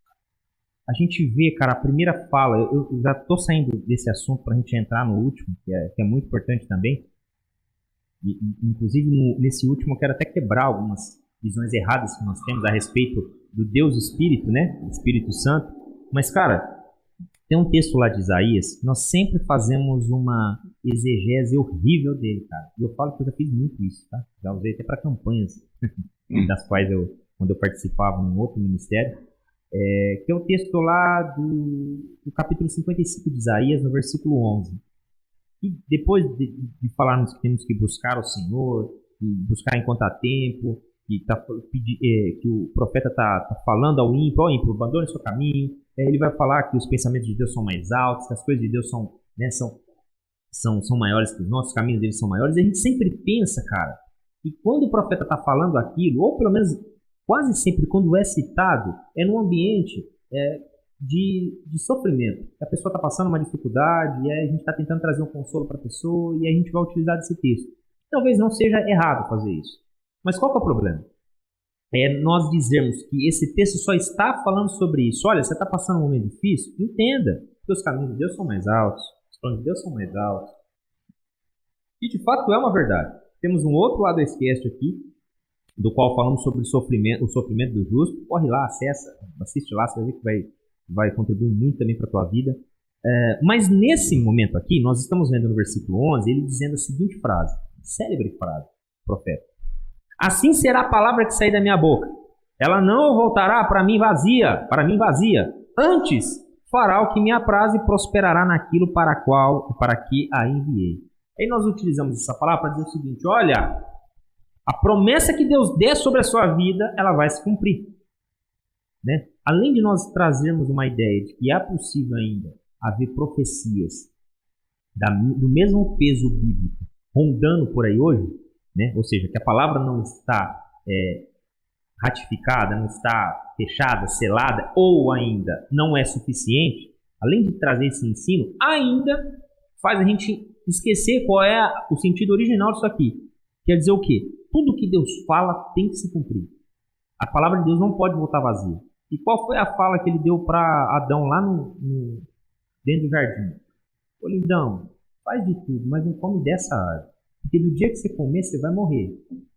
a gente vê, cara, a primeira fala, eu, eu já estou saindo desse assunto para a gente entrar no último, que é, que é muito importante também. E, inclusive, no, nesse último, eu quero até quebrar algumas visões erradas que nós temos a respeito do Deus Espírito, né? Espírito Santo. Mas, cara, tem um texto lá de Isaías que nós sempre fazemos uma exegese horrível dele, cara. E eu falo que eu já fiz muito isso, tá? Já usei até para campanhas das quais eu, quando eu participava num outro ministério. É, que é o texto lá do, do capítulo cinquenta e cinco de Isaías, no versículo onze. E depois de, de falarmos que temos que buscar o Senhor, e buscar enquanto há tempo, que, tá, pedir, é, que o profeta está tá falando ao ímpio, ó ímpio, abandone seu caminho, é, ele vai falar que os pensamentos de Deus são mais altos, que as coisas de Deus são, né, são, são, são maiores que os nossos, os caminhos deles são maiores, e a gente sempre pensa, cara, que quando o profeta está falando aquilo, ou pelo menos quase sempre quando é citado, é num ambiente é, de, de sofrimento. A pessoa está passando uma dificuldade, e aí a gente está tentando trazer um consolo para a pessoa, e a gente vai utilizar desse texto. Talvez não seja errado fazer isso. Mas qual que é o problema? É nós dizermos que esse texto só está falando sobre isso. Olha, você está passando um momento difícil? Entenda que os caminhos de Deus são mais altos, os planos de Deus são mais altos. E de fato é uma verdade. Temos um outro lado esquece aqui, do qual falamos sobre o sofrimento, o sofrimento do justo. Corre lá, acessa, assiste lá, você vai ver que vai, vai contribuir muito também para a tua vida. É, mas nesse momento aqui, nós estamos vendo no versículo onze, ele dizendo a seguinte frase, célebre frase, profeta. Assim será a palavra que sair da minha boca. Ela não voltará para mim vazia, para mim vazia. Antes fará o que me apraz e prosperará naquilo para qual, para que a enviei. Aí nós utilizamos essa palavra para dizer o seguinte, olha, a promessa que Deus der sobre a sua vida, ela vai se cumprir. Né? Além de nós trazermos uma ideia de que é possível ainda haver profecias da, do mesmo peso bíblico rondando por aí hoje, né? Ou seja, que a palavra não está é, ratificada, não está fechada, selada, ou ainda não é suficiente, além de trazer esse ensino, ainda faz a gente esquecer qual é o sentido original disso aqui. Quer dizer o quê? Tudo que Deus fala tem que se cumprir. A palavra de Deus não pode voltar vazia. E qual foi a fala que ele deu para Adão lá no, no, dentro do jardim? Ô lindão, faz de tudo, mas não come dessa árvore. Porque do dia que você comer, você vai morrer.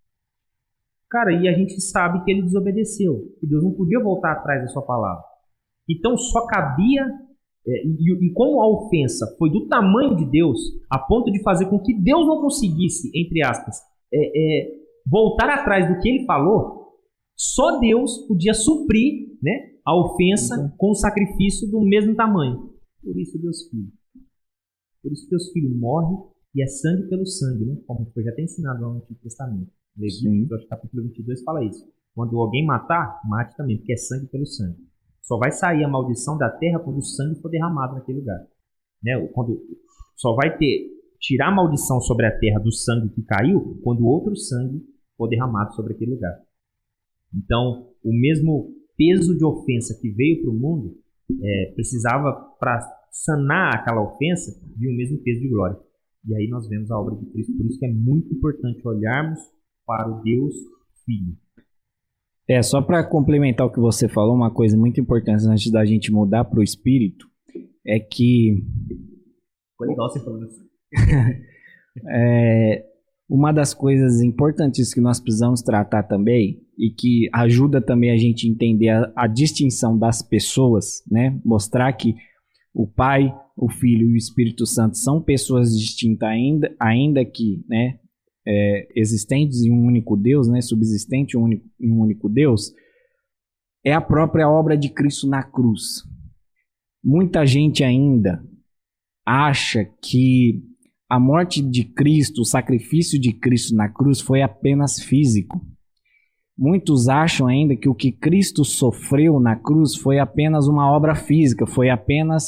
Cara, e a gente sabe que ele desobedeceu. Que Deus não podia voltar atrás da sua palavra. Então só cabia... É, e, e como a ofensa foi do tamanho de Deus, a ponto de fazer com que Deus não conseguisse, entre aspas, é, é, voltar atrás do que ele falou, só Deus podia suprir, né, a ofensa uhum. com o sacrifício do mesmo tamanho. Por isso Deus Filho. Por isso Deus Filho morre e é sangue pelo sangue, né? Como foi já até ensinado no Antigo Testamento. Levítico, capítulo vinte e dois, fala isso. Quando alguém matar, mate também, porque é sangue pelo sangue. Só vai sair a maldição da terra quando o sangue for derramado naquele lugar. Né? Quando, só vai ter, tirar a maldição sobre a terra do sangue que caiu quando outro sangue for derramado sobre aquele lugar. Então, o mesmo peso de ofensa que veio para o mundo, é, precisava, para sanar aquela ofensa, vir o mesmo peso de glória. E aí nós vemos a obra de Cristo. Por isso que é muito importante olharmos para o Deus Filho. É, só para complementar o que você falou, uma coisa muito importante antes da gente mudar para o Espírito, é que... Foi legal você falando assim. é, uma das coisas importantes que nós precisamos tratar também, e que ajuda também a gente entender a, a distinção das pessoas, né? Mostrar que o Pai, o Filho e o Espírito Santo são pessoas distintas ainda, ainda que, né, é, existentes em um único Deus, né, subsistente em um único, em um único Deus, é a própria obra de Cristo na cruz. Muita gente ainda acha que a morte de Cristo, o sacrifício de Cristo na cruz foi apenas físico. Muitos acham ainda que o que Cristo sofreu na cruz foi apenas uma obra física, foi apenas...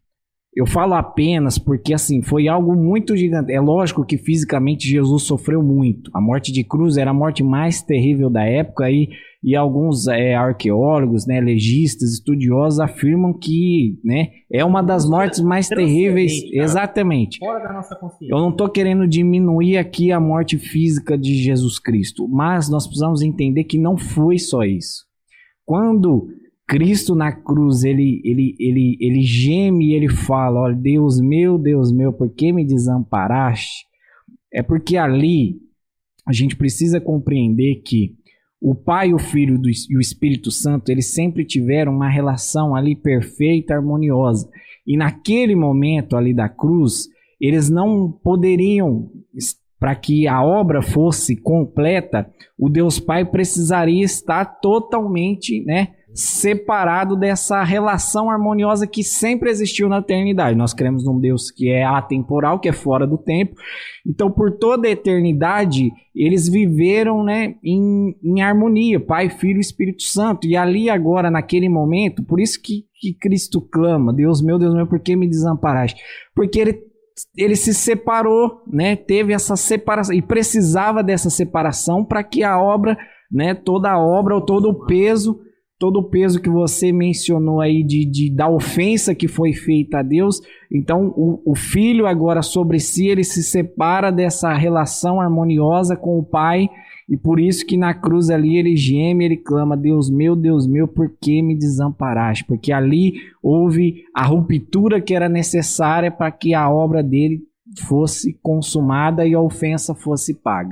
Eu falo apenas porque assim, foi algo muito gigante. É lógico que fisicamente Jesus sofreu muito. A morte de cruz era a morte mais terrível da época e, e alguns é, arqueólogos, né, legistas, estudiosos afirmam que, né, é uma das mortes mais terríveis. Exatamente. Fora da nossa consciência. Eu não estou querendo diminuir aqui a morte física de Jesus Cristo, mas nós precisamos entender que não foi só isso. Quando Cristo na cruz, ele, ele, ele, ele geme e ele fala, olha, Deus meu, Deus meu, por que me desamparaste? É porque ali a gente precisa compreender que o Pai, o Filho e o Espírito Santo, eles sempre tiveram uma relação ali perfeita, harmoniosa. E naquele momento ali da cruz, eles não poderiam, para que a obra fosse completa, o Deus Pai precisaria estar totalmente, né, separado dessa relação harmoniosa que sempre existiu na eternidade. Nós cremos num Deus que é atemporal, que é fora do tempo. Então, por toda a eternidade, eles viveram, né, em, em harmonia, Pai, Filho e Espírito Santo. E ali agora, naquele momento, por isso que, que Cristo clama, Deus meu, Deus meu, por que me desamparaste? Porque ele, ele se separou, né, teve essa separação, e precisava dessa separação para que a obra, né, toda a obra, ou todo o peso... todo o peso que você mencionou aí de, de, da ofensa que foi feita a Deus. Então, o, o filho agora sobre si, ele se separa dessa relação harmoniosa com o Pai, e por isso que na cruz ali ele geme, ele clama, Deus meu, Deus meu, por que me desamparaste? Porque ali houve a ruptura que era necessária para que a obra dele fosse consumada e a ofensa fosse paga.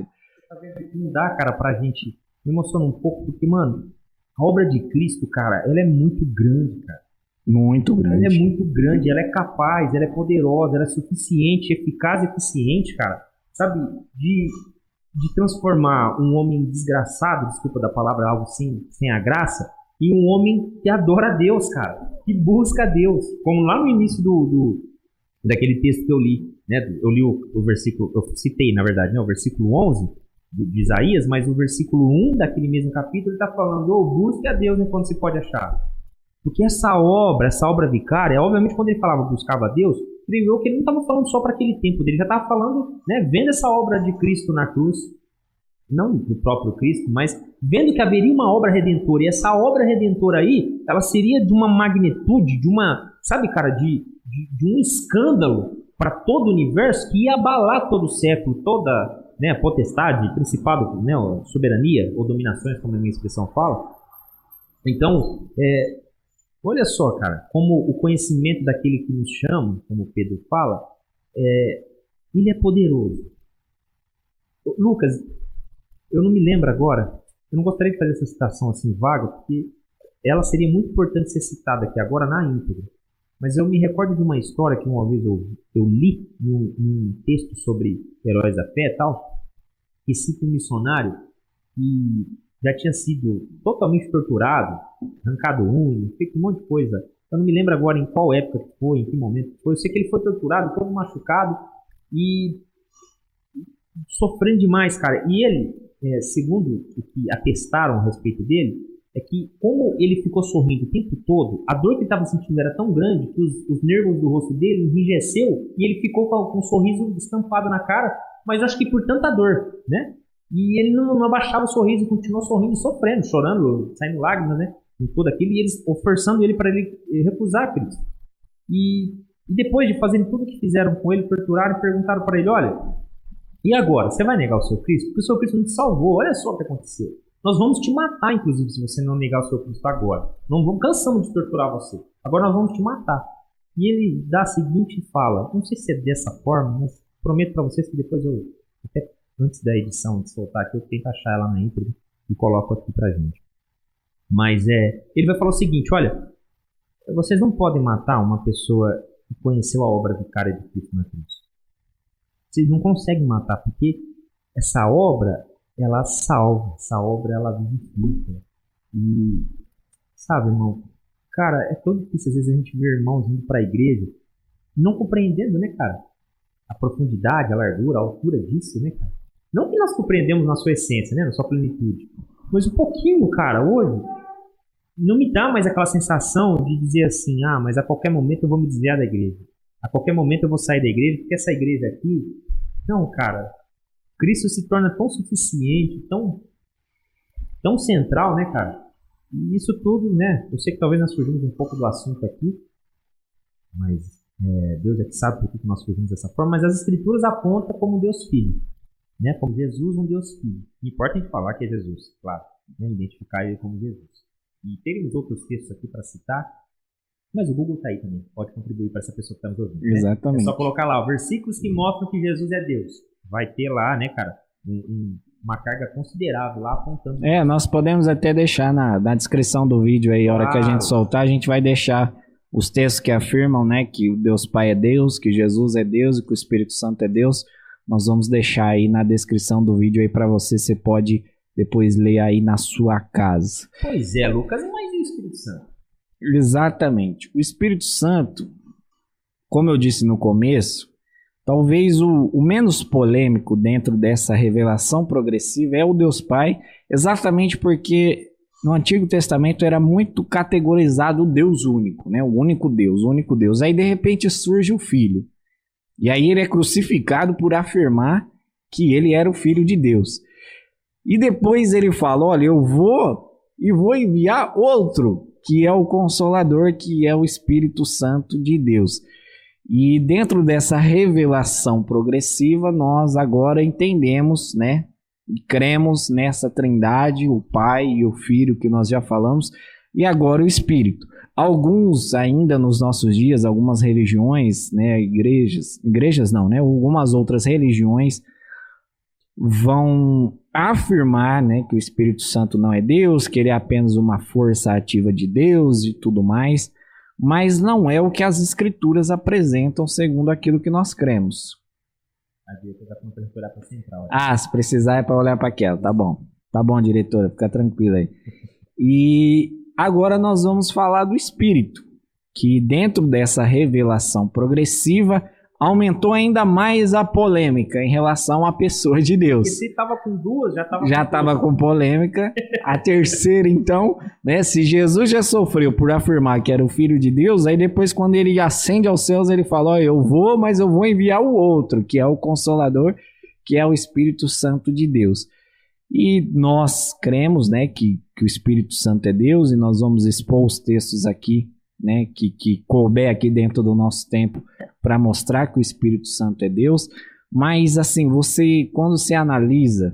Não dá, cara, pra gente, me emociona um pouco, porque, mano, a obra de Cristo, cara, ela é muito grande, cara. Muito grande. Ela é muito grande, ela é capaz, ela é poderosa, ela é suficiente, eficaz e eficiente, cara. Sabe, de, de transformar um homem desgraçado, desculpa da palavra, algo sem, sem a graça, em um homem que adora a Deus, cara. Que busca a Deus. Como lá no início do, do daquele texto que eu li, né? Eu li o, o versículo, eu citei, na verdade, né? O versículo onze de Isaías, mas o versículo um daquele mesmo capítulo ele está falando, oh, busque a Deus enquanto se pode achar. Porque essa obra, essa obra vicária, obviamente quando ele falava buscava a Deus, ele viu que ele não estava falando só para aquele tempo dele, já estava falando, né, vendo essa obra de Cristo na cruz, não do próprio Cristo, mas vendo que haveria uma obra redentora, e essa obra redentora aí, ela seria de uma magnitude, de uma, sabe, cara, de, de, de um escândalo para todo o universo que ia abalar todo o século, toda, né, potestade, principado, né, soberania ou dominações, como a minha expressão fala. Então, é, olha só, cara, como o conhecimento daquele que nos chama, como Pedro fala, é, ele é poderoso. Lucas, eu não me lembro agora, eu não gostaria de fazer essa citação assim vaga, porque ela seria muito importante ser citada aqui agora na íntegra. Mas eu me recordo de uma história que uma vez eu, eu li num, num texto sobre heróis da fé e tal, que cita um missionário que já tinha sido totalmente torturado, arrancado unha, feito um monte de coisa. Eu não me lembro agora em qual época que foi, em que momento que foi. Eu sei que ele foi torturado, todo machucado e sofrendo demais, cara. E ele, é, segundo o que atestaram a respeito dele, é que como ele ficou sorrindo o tempo todo, a dor que ele estava sentindo era tão grande que os, os nervos do rosto dele enrijeceu e ele ficou com, com um sorriso estampado na cara, mas acho que por tanta dor, né? E ele não, não abaixava o sorriso, continuou sorrindo e sofrendo, chorando, saindo lágrimas, né? Em tudo aquilo, e eles forçando ele para ele recusar Cristo. E, e depois de fazerem tudo o que fizeram com ele, torturaram e perguntaram para ele, olha, e agora, você vai negar o seu Cristo? Porque o seu Cristo não te salvou, olha só o que aconteceu. Nós vamos te matar, inclusive, se você não negar o seu Cristo agora. Não vamos, cansamos de torturar você. Agora nós vamos te matar. E ele dá a seguinte fala, não sei se é dessa forma, mas prometo para vocês que depois eu, até antes da edição, de soltar aqui, eu tento achar ela na íntegra e coloco aqui pra gente. Mas é, ele vai falar o seguinte, olha, vocês não podem matar uma pessoa que conheceu a obra vicária de Cristo na cruz. Vocês não conseguem matar, porque essa obra, ela salva, essa obra, ela vivifica. E, sabe, irmão, cara, é tão difícil às vezes a gente ver irmãos indo para a igreja, não compreendendo, né, cara, a profundidade, a largura, a altura disso, né, cara. Não que nós compreendemos na sua essência, né, na sua plenitude, mas um pouquinho, cara, hoje, não me dá mais aquela sensação de dizer assim, ah, mas a qualquer momento eu vou me desviar da igreja. A qualquer momento eu vou sair da igreja, porque essa igreja aqui... Não, cara, Cristo se torna tão suficiente, tão, tão central, né, cara? E isso tudo, né, eu sei que talvez nós fugimos um pouco do assunto aqui, mas é, Deus é que sabe por que nós fugimos dessa forma, mas as Escrituras apontam como Deus Filho, né, como Jesus um Deus Filho. Não importa a gente falar que é Jesus, claro, né, identificar ele como Jesus. E temos outros textos aqui para citar, mas o Google está aí também, pode contribuir para essa pessoa que está nos ouvindo. Né? Exatamente. É só colocar lá, ó, versículos que mostram que Jesus é Deus. Vai ter lá, né, cara, um, um, uma carga considerável lá apontando. É, nós podemos até deixar na, na descrição do vídeo aí, a hora claro. que a gente soltar, a gente vai deixar os textos que afirmam, né, que o Deus Pai é Deus, que Jesus é Deus e que o Espírito Santo é Deus. Nós vamos deixar aí na descrição do vídeo aí para você, você pode... depois ler aí na sua casa. Pois é, Lucas, mas e o Espírito Santo? Exatamente. O Espírito Santo, como eu disse no começo, talvez o, o menos polêmico dentro dessa revelação progressiva é o Deus Pai, exatamente porque no Antigo Testamento era muito categorizado o Deus único, né? O único Deus, o único Deus. Aí de repente surge o Filho. E aí ele é crucificado por afirmar que ele era o Filho de Deus. E depois ele fala, olha, eu vou e vou enviar outro, que é o Consolador, que é o Espírito Santo de Deus. E dentro dessa revelação progressiva, nós agora entendemos, né, e cremos nessa trindade, o Pai e o Filho, que nós já falamos, e agora o Espírito. Alguns ainda nos nossos dias, algumas religiões, né, igrejas, igrejas não, né, algumas outras religiões vão afirmar, né, que o Espírito Santo não é Deus, que ele é apenas uma força ativa de Deus e tudo mais, mas não é o que as Escrituras apresentam segundo aquilo que nós cremos. Ah, se precisar é para olhar para aquela, tá bom. Tá bom, diretora, fica tranquila aí. E agora nós vamos falar do Espírito, que dentro dessa revelação progressiva aumentou ainda mais a polêmica em relação à pessoa de Deus. Porque se estava com duas, já estava já estava com polêmica. A terceira, então, né? Se Jesus já sofreu por afirmar que era o Filho de Deus, aí depois quando ele ascende aos céus, ele fala, ó, eu vou, mas eu vou enviar o outro, que é o Consolador, que é o Espírito Santo de Deus. E nós cremos, né, que, que o Espírito Santo é Deus, e nós vamos expor os textos aqui, né, que, que couber aqui dentro do nosso tempo para mostrar que o Espírito Santo é Deus. Mas assim, você, quando você analisa,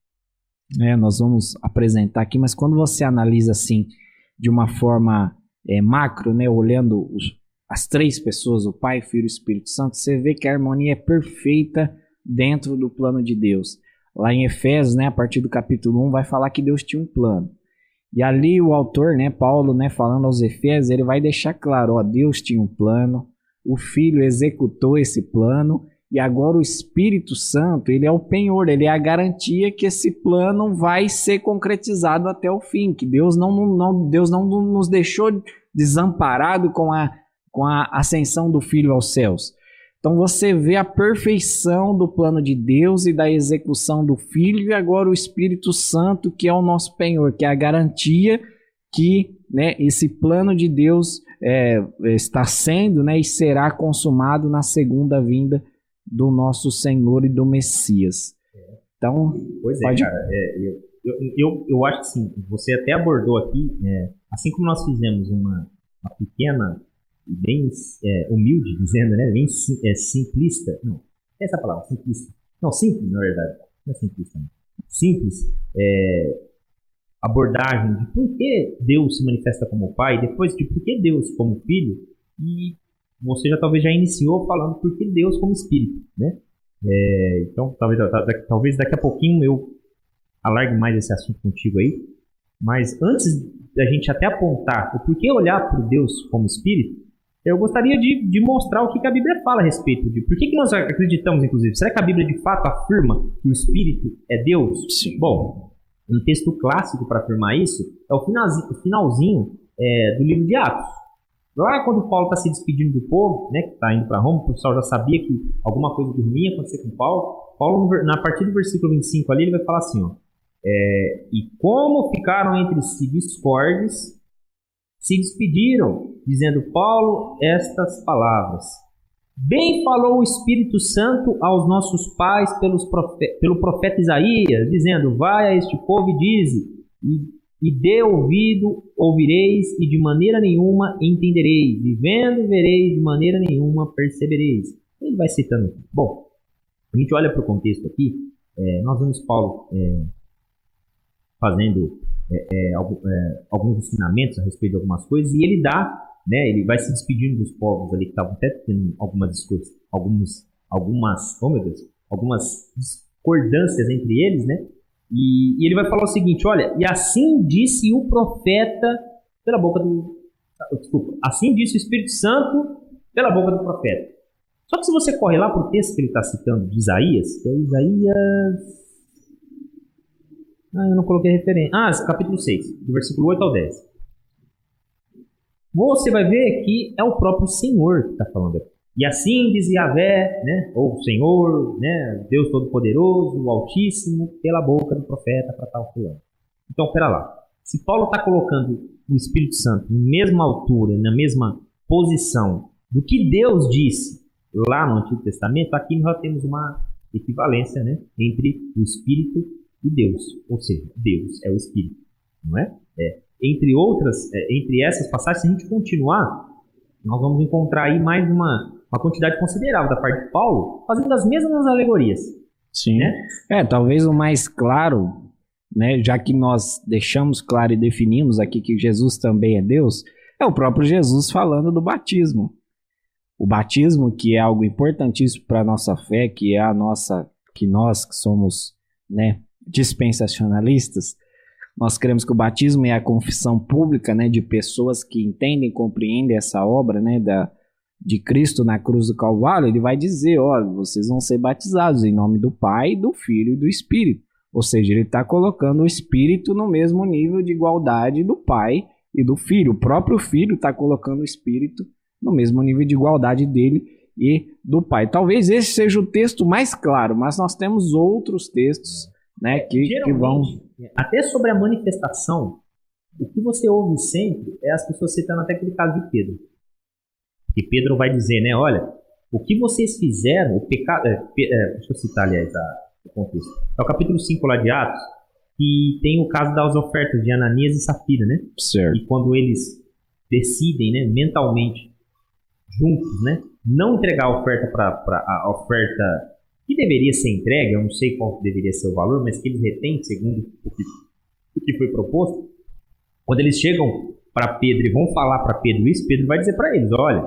né, nós vamos apresentar aqui, mas quando você analisa assim de uma forma é, macro, né, olhando os, as três pessoas, o Pai, Filho e o Espírito Santo, você vê que a harmonia é perfeita dentro do plano de Deus. Lá em Efésios, né, a partir do capítulo um, vai falar que Deus tinha um plano. E ali o autor, né, Paulo, né, falando aos Efésios, ele vai deixar claro, ó, Deus tinha um plano, o Filho executou esse plano, e agora o Espírito Santo, ele é o penhor, ele é a garantia que esse plano vai ser concretizado até o fim, que Deus não, não, Deus não nos deixou desamparado com a, com a ascensão do Filho aos céus. Então você vê a perfeição do plano de Deus e da execução do Filho, e agora o Espírito Santo, que é o nosso penhor, que é a garantia que, né, esse plano de Deus é, está sendo, né, e será consumado na segunda vinda do nosso Senhor e do Messias. Então, pois é, pode... cara, é, eu, eu, eu, eu acho que sim, você até abordou aqui, é, assim como nós fizemos uma, uma pequena... bem é, humilde, dizendo, né, bem é, simplista, não, essa palavra, simplista, não, simples, na verdade, não é simplista, não. Simples, é, abordagem de por que Deus se manifesta como Pai, depois de por que Deus como Filho, e você já talvez já iniciou falando por que Deus como Espírito, né, é, então talvez, talvez daqui a pouquinho eu alargue mais esse assunto contigo aí, mas antes da gente até apontar o porquê olhar para Deus como Espírito, eu gostaria de, de mostrar o que, que a Bíblia fala a respeito de... Por que, que nós acreditamos, inclusive? Será que a Bíblia de fato afirma que o Espírito é Deus? Sim. Bom, um texto clássico para afirmar isso é o finalzinho, o finalzinho é, do livro de Atos. Lá quando Paulo está se despedindo do povo, né, que está indo para Roma, o pessoal já sabia que alguma coisa dormia acontecer com Paulo. Paulo, na partir do versículo vinte e cinco ali, ele vai falar assim, ó, é, e como ficaram entre si discordes, se despediram, dizendo Paulo estas palavras. Bem falou o Espírito Santo aos nossos pais pelos profe- pelo profeta Isaías, dizendo, vai a este povo e dize, e, e dê ouvido, ouvireis, e de maneira nenhuma entendereis, e vendo, vereis, de maneira nenhuma percebereis. Ele vai citando. Bom, a gente olha para o contexto aqui, é, nós vemos Paulo é, fazendo é, é, alguns ensinamentos a respeito de algumas coisas, e ele dá, né, ele vai se despedindo dos povos ali que estavam até tendo algumas discursos, algumas, algumas, oh meu Deus, algumas discordâncias entre eles, né, e, e ele vai falar o seguinte, olha, e assim disse o profeta pela boca do, desculpa, assim disse o Espírito Santo pela boca do profeta. Só que se você corre lá para o texto que ele está citando de Isaías, que é Isaías... Ah, eu não coloquei referência. Ah, capítulo seis, do versículo oito ao dez. Você vai ver que é o próprio Senhor que está falando aqui. E assim diz Yahvé, né, ou o Senhor, né, Deus Todo-Poderoso, o Altíssimo, pela boca do profeta para tal fulano. Então, pera lá. Se Paulo está colocando o Espírito Santo na mesma altura, na mesma posição do que Deus disse lá no Antigo Testamento, aqui nós temos uma equivalência, né, entre o Espírito e Deus. Ou seja, Deus é o Espírito, não é? É. Entre outras, é, entre essas passagens, se a gente continuar, nós vamos encontrar aí mais uma, uma quantidade considerável da parte de Paulo, fazendo as mesmas alegorias. Sim. Né? É, talvez o mais claro, né, já que nós deixamos claro e definimos aqui que Jesus também é Deus, é o próprio Jesus falando do batismo. O batismo, que é algo importantíssimo para a nossa fé, que é a nossa, que nós que somos, né, dispensacionalistas, nós cremos que o batismo é a confissão pública, né, de pessoas que entendem e compreendem essa obra, né, da, de Cristo na cruz do Calvário. Ele vai dizer, ó, vocês vão ser batizados em nome do Pai, do Filho e do Espírito. Ou seja, ele está colocando o Espírito no mesmo nível de igualdade do Pai e do Filho. O próprio Filho está colocando o Espírito no mesmo nível de igualdade dele e do Pai. Talvez esse seja o texto mais claro, mas nós temos outros textos, né, que, que vão... Até sobre a manifestação, o que você ouve sempre é as pessoas citando até aquele caso de Pedro. Que Pedro vai dizer, né, olha, o que vocês fizeram, o pecado... É, é, deixa eu citar, aliás, a, o contexto. É o capítulo cinco lá de Atos, que tem o caso das ofertas de Ananias e Safira, né? Certo. E quando eles decidem, né, mentalmente, juntos, né, não entregar a oferta para a oferta que deveria ser entregue, eu não sei qual deveria ser o valor, mas que eles retêm segundo o que, o que foi proposto. Quando eles chegam para Pedro e vão falar para Pedro isso, Pedro vai dizer para eles, olha,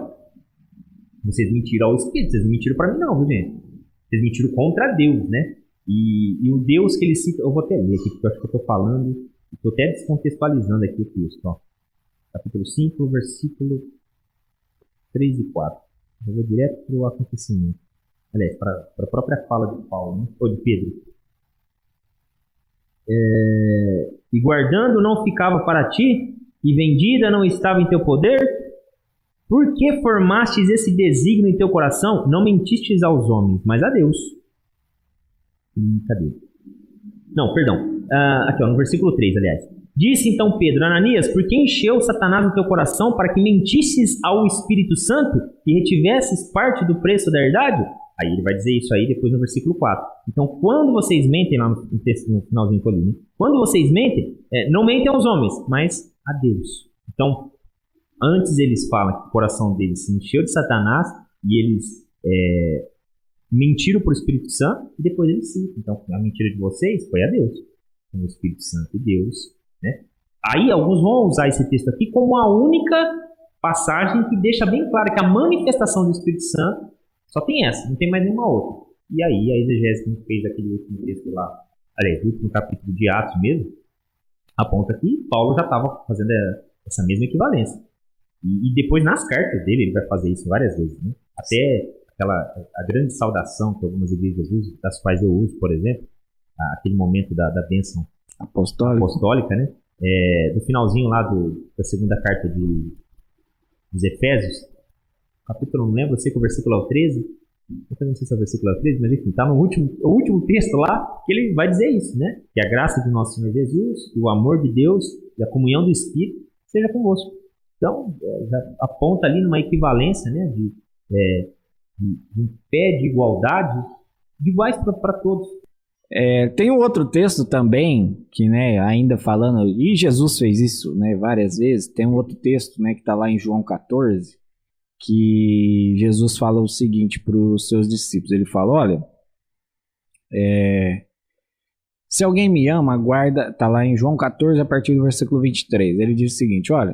vocês mentiram ao Espírito, vocês não mentiram para mim não, viu, gente? Vocês mentiram contra Deus, né? E, e o Deus que ele cita, eu vou até ler aqui, porque eu acho que eu estou falando, estou até descontextualizando aqui o texto, ó. Capítulo cinco, versículo três e quatro. Eu vou direto para o acontecimento. Aliás, para a própria fala de Paulo, né? Ou de Pedro. É, e guardando não ficava para ti, e vendida não estava em teu poder? Por que formastes esse desígnio em teu coração? Não mentistes aos homens, mas a Deus. Hum, cadê? Não, perdão. Ah, aqui, ó, no versículo três, aliás. Disse então Pedro, Ananias, por que encheu Satanás o teu coração para que mentisses ao Espírito Santo e retivesses parte do preço da herdade? Aí ele vai dizer isso aí depois no versículo quatro. Então, quando vocês mentem, lá no texto, no finalzinho ali, né? Quando vocês mentem, é, não mentem aos homens, mas a Deus. Então, antes eles falam que o coração deles se encheu de Satanás e eles é, mentiram para o Espírito Santo e depois eles citam. Então, a mentira de vocês foi a Deus. Então, o Espírito Santo e Deus, né? Aí alguns vão usar esse texto aqui como a única passagem que deixa bem claro que a manifestação do Espírito Santo só tem essa, não tem mais nenhuma outra. E aí a exegese que a gente fez aquele último texto lá, aliás, o último capítulo de Atos mesmo, aponta que Paulo já estava fazendo essa mesma equivalência. E, e depois nas cartas dele ele vai fazer isso várias vezes, né? Até aquela a grande saudação que algumas igrejas usam, das quais eu uso, por exemplo, aquele momento da, da bênção apostólica, apostólica, né? É, no finalzinho lá do, da segunda carta de, dos Efésios, capítulo, não lembro, eu sei que o versículo é o treze, eu também não sei se é o versículo é o treze, mas enfim, tá no último, o último texto lá, que ele vai dizer isso, né? Que a graça de nosso Senhor Jesus, e o amor de Deus, e a comunhão do Espírito seja convosco. Então, é, já aponta ali numa equivalência, né? De, é, de, de um pé de igualdade, de iguais para todos. É, tem um outro texto também, que, né, ainda falando, e Jesus fez isso, né, várias vezes, tem um outro texto, né, que está lá em João catorze, que Jesus fala o seguinte para os seus discípulos, ele fala, olha, é, se alguém me ama, guarda, está lá em João catorze, a partir do versículo vinte e três, ele diz o seguinte, olha,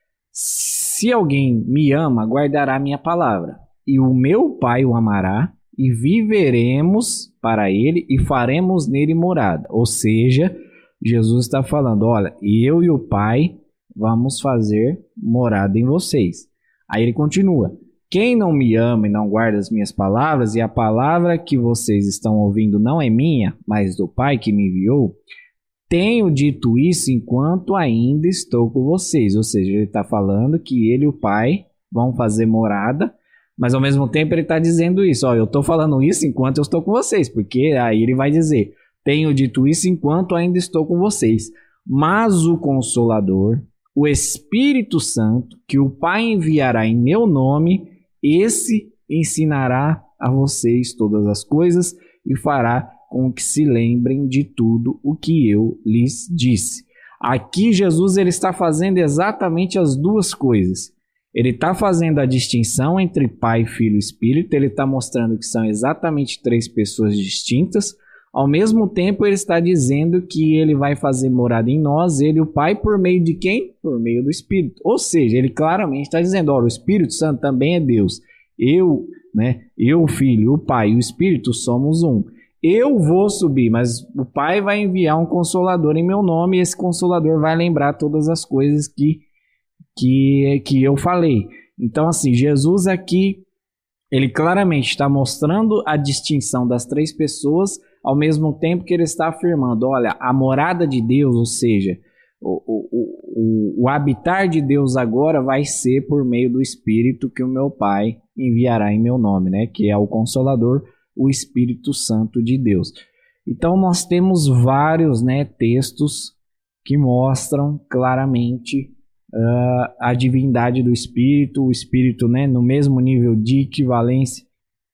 se alguém me ama, guardará a minha palavra, e o meu Pai o amará, e viveremos para ele e faremos nele morada. Ou seja, Jesus está falando, olha, eu e o Pai vamos fazer morada em vocês. Aí ele continua, quem não me ama e não guarda as minhas palavras, e a palavra que vocês estão ouvindo não é minha, mas do Pai que me enviou, tenho dito isso enquanto ainda estou com vocês. Ou seja, ele está falando que ele e o Pai vão fazer morada, mas ao mesmo tempo ele está dizendo isso, ó, eu estou falando isso enquanto eu estou com vocês, porque aí ele vai dizer, tenho dito isso enquanto ainda estou com vocês, mas o Consolador, o Espírito Santo, que o Pai enviará em meu nome, esse ensinará a vocês todas as coisas e fará com que se lembrem de tudo o que eu lhes disse. Aqui Jesus ele está fazendo exatamente as duas coisas. Ele está fazendo a distinção entre Pai, Filho e Espírito, ele está mostrando que são exatamente três pessoas distintas, ao mesmo tempo ele está dizendo que ele vai fazer morada em nós, ele e o Pai, por meio de quem? Por meio do Espírito. Ou seja, ele claramente está dizendo, olha, o Espírito Santo também é Deus. Eu, né, eu, o Filho, o Pai e o Espírito somos um. Eu vou subir, mas o Pai vai enviar um Consolador em meu nome e esse Consolador vai lembrar todas as coisas que Que, que eu falei. Então, assim, Jesus aqui, ele claramente está mostrando a distinção das três pessoas, ao mesmo tempo que ele está afirmando, olha, a morada de Deus, ou seja, o, o, o, o habitar de Deus agora vai ser por meio do Espírito que o meu Pai enviará em meu nome, né? Que é o Consolador, o Espírito Santo de Deus. Então, nós temos vários, né, textos que mostram claramente Uh, a divindade do Espírito, o Espírito, né, no mesmo nível de equivalência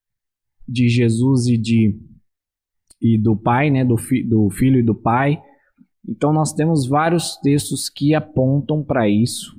de Jesus e, de, e do Pai, né, do, fi, do Filho e do Pai. Então nós temos vários textos que apontam para isso.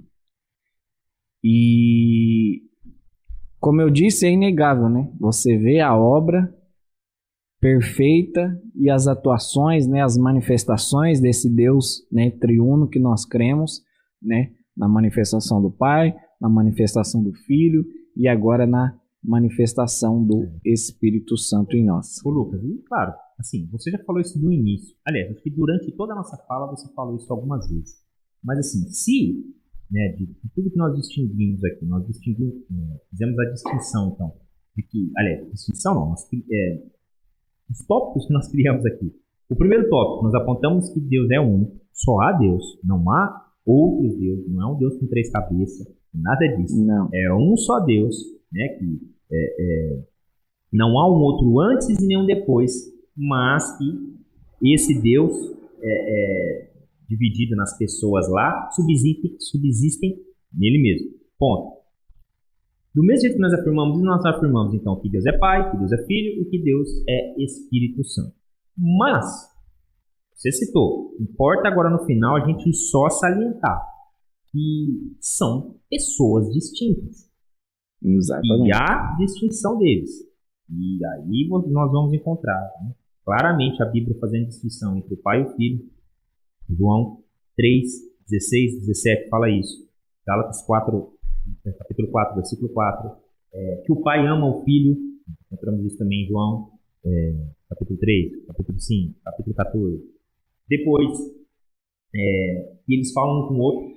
E, como eu disse, é inegável, né? Você vê a obra perfeita e as atuações, né, as manifestações desse Deus, né, triuno que nós cremos, né, na manifestação do Pai, na manifestação do Filho e agora na manifestação do Espírito Santo em nós. Ô Lucas, e claro, assim, você já falou isso no início. Aliás, acho que durante toda a nossa fala você falou isso algumas vezes. Mas assim, se, né, de, de tudo que nós distinguimos aqui, nós distinguimos, né, fizemos a distinção, então, de que, aliás, distinção não, nós, é, os tópicos que nós criamos aqui. O primeiro tópico, nós apontamos que Deus é único, só há Deus, não há outros deuses, não é um Deus com três cabeças, nada disso. Não. É um só Deus, né, que é, é, não há um outro antes e nenhum depois, mas que esse Deus é, é, dividido nas pessoas lá, subsistem, subsistem nele mesmo. Ponto. Do mesmo jeito que nós afirmamos, nós afirmamos então que Deus é Pai, que Deus é Filho e que Deus é Espírito Santo. Mas você citou, importa agora no final a gente só salientar que são pessoas distintas. Exatamente. E há distinção deles. E aí nós vamos encontrar, né, claramente a Bíblia fazendo distinção entre o Pai e o Filho. João três, dezesseis, dezessete fala isso. Gálatas quatro, capítulo quatro, versículo quatro. É, que o Pai ama o Filho. Encontramos isso também em João é, capítulo três, capítulo cinco, capítulo quatorze. Depois, é, eles falam um com o outro,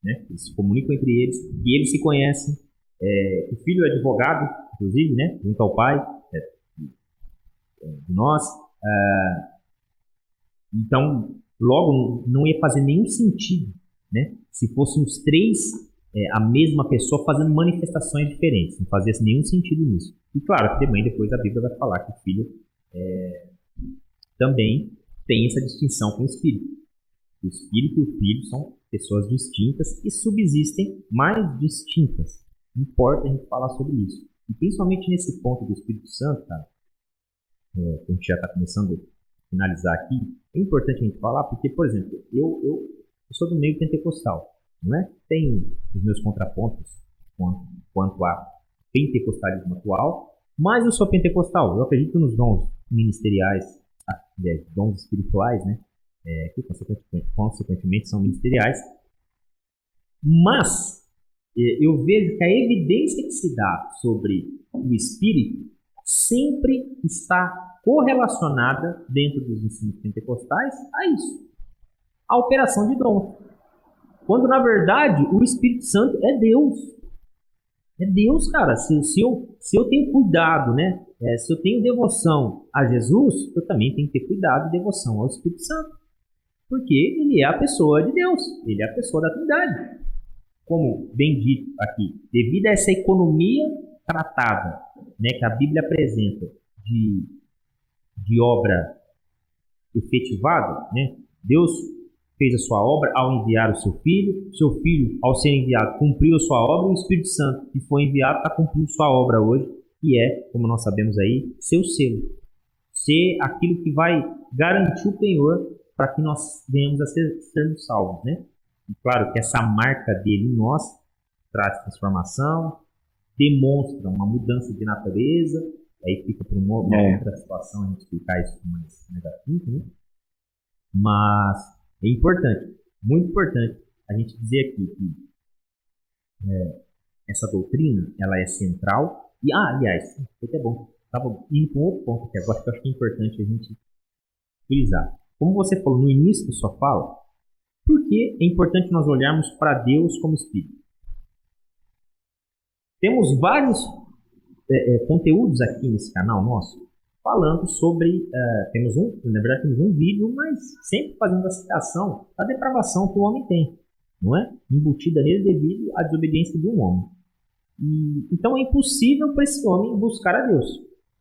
né? Eles se comunicam entre eles e eles se conhecem. É, o filho é advogado, inclusive, né? Junto ao pai, é, de nós. É, então, logo, não ia fazer nenhum sentido, né? Se fossem os três é, a mesma pessoa fazendo manifestações diferentes. Não fazia nenhum sentido nisso. E claro, também depois a Bíblia vai falar que o filho é, também tem essa distinção com o espírito. O espírito e o filho são pessoas distintas e subsistem mais distintas. Não importa a gente falar sobre isso. E principalmente nesse ponto do Espírito Santo, cara, é, que a gente já está começando a finalizar aqui, é importante a gente falar porque, por exemplo, eu, eu, eu sou do meio pentecostal, não é? Tem os meus contrapontos quanto, quanto a pentecostalismo atual, mas eu sou pentecostal. Eu acredito nos dons ministeriais, é, dons espirituais, né? É, que consequentemente, consequentemente são ministeriais. Mas é, eu vejo que a evidência que se dá sobre o Espírito sempre está correlacionada dentro dos ensinos pentecostais a isso, a operação de dom. Quando na verdade o Espírito Santo é Deus. É Deus, cara. Se, se, eu, se eu tenho cuidado, né? É, se eu tenho devoção a Jesus, eu também tenho que ter cuidado e devoção ao Espírito Santo. Porque ele é a pessoa de Deus. Ele é a pessoa da Trindade. Como bem dito aqui, devido a essa economia tratada, né, que a Bíblia apresenta de, de obra efetivada, né? Deus fez a sua obra ao enviar o seu Filho, seu Filho, ao ser enviado, cumpriu a sua obra, e o Espírito Santo, que foi enviado, está cumprindo sua obra hoje, que é, como nós sabemos aí, seu selo. Ser aquilo que vai garantir o penhor para que nós venhamos a ser, sermos salvos, né? E claro que essa marca dele em nós traz transformação, demonstra uma mudança de natureza, aí fica para uma, uma é. outra situação a gente explicar isso mais negativo, né? Mas é importante, muito importante a gente dizer aqui que é, essa doutrina, ela é central. E, ah, aliás, foi até bom, estava indo para um outro ponto aqui agora que eu acho que é importante a gente utilizar. Como você falou no início da sua fala, por que é importante nós olharmos para Deus como Espírito? Temos vários é, é, conteúdos aqui nesse canal nosso falando sobre, uh, temos um, na verdade temos um vídeo, mas sempre fazendo a citação da depravação que o homem tem, não é? Embutida nele devido à desobediência de um homem. E, então é impossível para esse homem buscar a Deus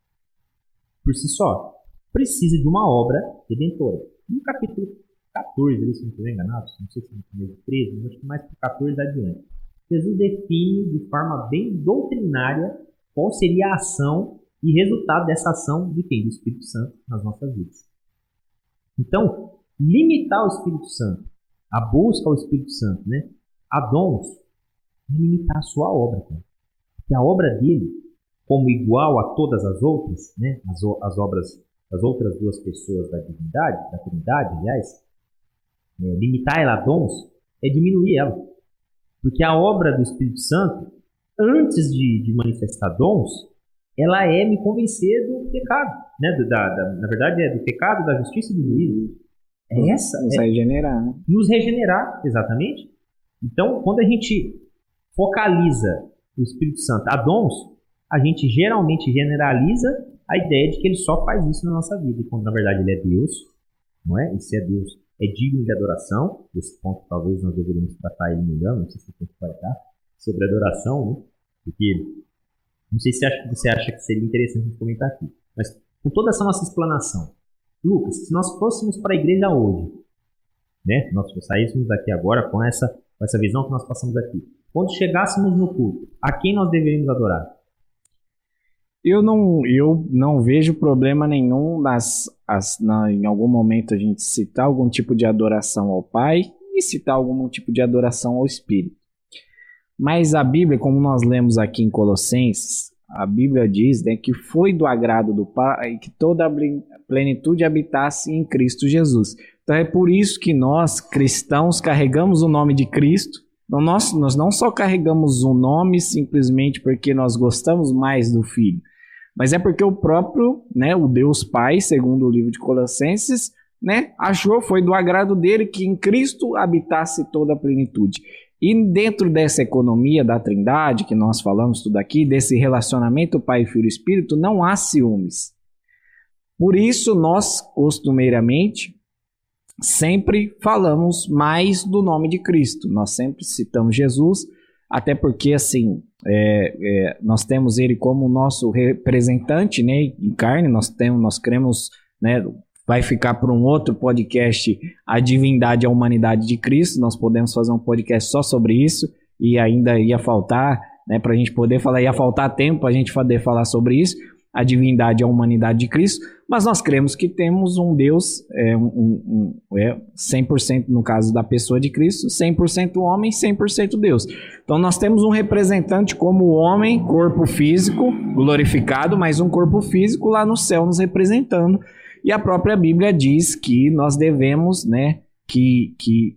por si só. Precisa de uma obra redentora. No capítulo catorze, se não estiver enganado, não sei se é no treze, mas acho que mais para catorze adiante, Jesus define de forma bem doutrinária qual seria a ação e resultado dessa ação de quem? Do Espírito Santo nas nossas vidas. Então, limitar o Espírito Santo, a busca ao Espírito Santo, né, a dons, é limitar a sua obra. Cara. Porque a obra dele, como igual a todas as outras, né, as, as obras das outras duas pessoas da divindade, da Trindade, aliás, é, limitar ela a dons é diminuir ela. Porque a obra do Espírito Santo, antes de, de manifestar dons, ela é me convencer do pecado, né? Do, da, da, na verdade, é do pecado, da justiça e do juízo. É essa. Nos é, regenerar. Né? Nos regenerar, exatamente. Então, quando a gente focaliza o Espírito Santo a dons, a gente geralmente generaliza a ideia de que ele só faz isso na nossa vida. E quando, na verdade, ele é Deus, não é? E se é Deus, é digno de adoração. Nesse ponto, talvez nós deveríamos tratar ele melhor, não sei se tem que tratar sobre adoração, né? Porque não sei se você acha que seria interessante comentar aqui. Mas com toda essa nossa explanação, Lucas, se nós fôssemos para a igreja hoje, né, nós saíssemos daqui agora com essa, com essa visão que nós passamos aqui, quando chegássemos no culto, a quem nós deveríamos adorar? Eu não, eu não vejo problema nenhum nas, as, na, em algum momento a gente citar algum tipo de adoração ao Pai e citar algum tipo de adoração ao Espírito. Mas a Bíblia, como nós lemos aqui em Colossenses, a Bíblia diz, né, que foi do agrado do Pai que toda a plenitude habitasse em Cristo Jesus. Então é por isso que nós, cristãos, carregamos o nome de Cristo. Então nós, nós não só carregamos o nome simplesmente porque nós gostamos mais do Filho, mas é porque o próprio, né, o Deus Pai, segundo o livro de Colossenses, né, achou, foi do agrado dele que em Cristo habitasse toda a plenitude. E dentro dessa economia da Trindade, que nós falamos tudo aqui, desse relacionamento Pai, Filho e Espírito, não há ciúmes. Por isso, nós, costumeiramente, sempre falamos mais do nome de Cristo. Nós sempre citamos Jesus, até porque, assim, é, é, nós temos ele como nosso representante, né, em carne. Nós temos, nós cremos, né, vai ficar para um outro podcast, a divindade e a humanidade de Cristo. Nós podemos fazer um podcast só sobre isso, e ainda ia faltar, né, para a gente poder falar, ia faltar tempo para a gente poder falar sobre isso, a divindade e a humanidade de Cristo. Mas nós cremos que temos um Deus, é, um, um, um, é, cem por cento no caso da pessoa de Cristo, cem por cento homem, cem por cento Deus. Então nós temos um representante como homem, corpo físico, glorificado, mas um corpo físico lá no céu nos representando. E a própria Bíblia diz que nós devemos, né, que, que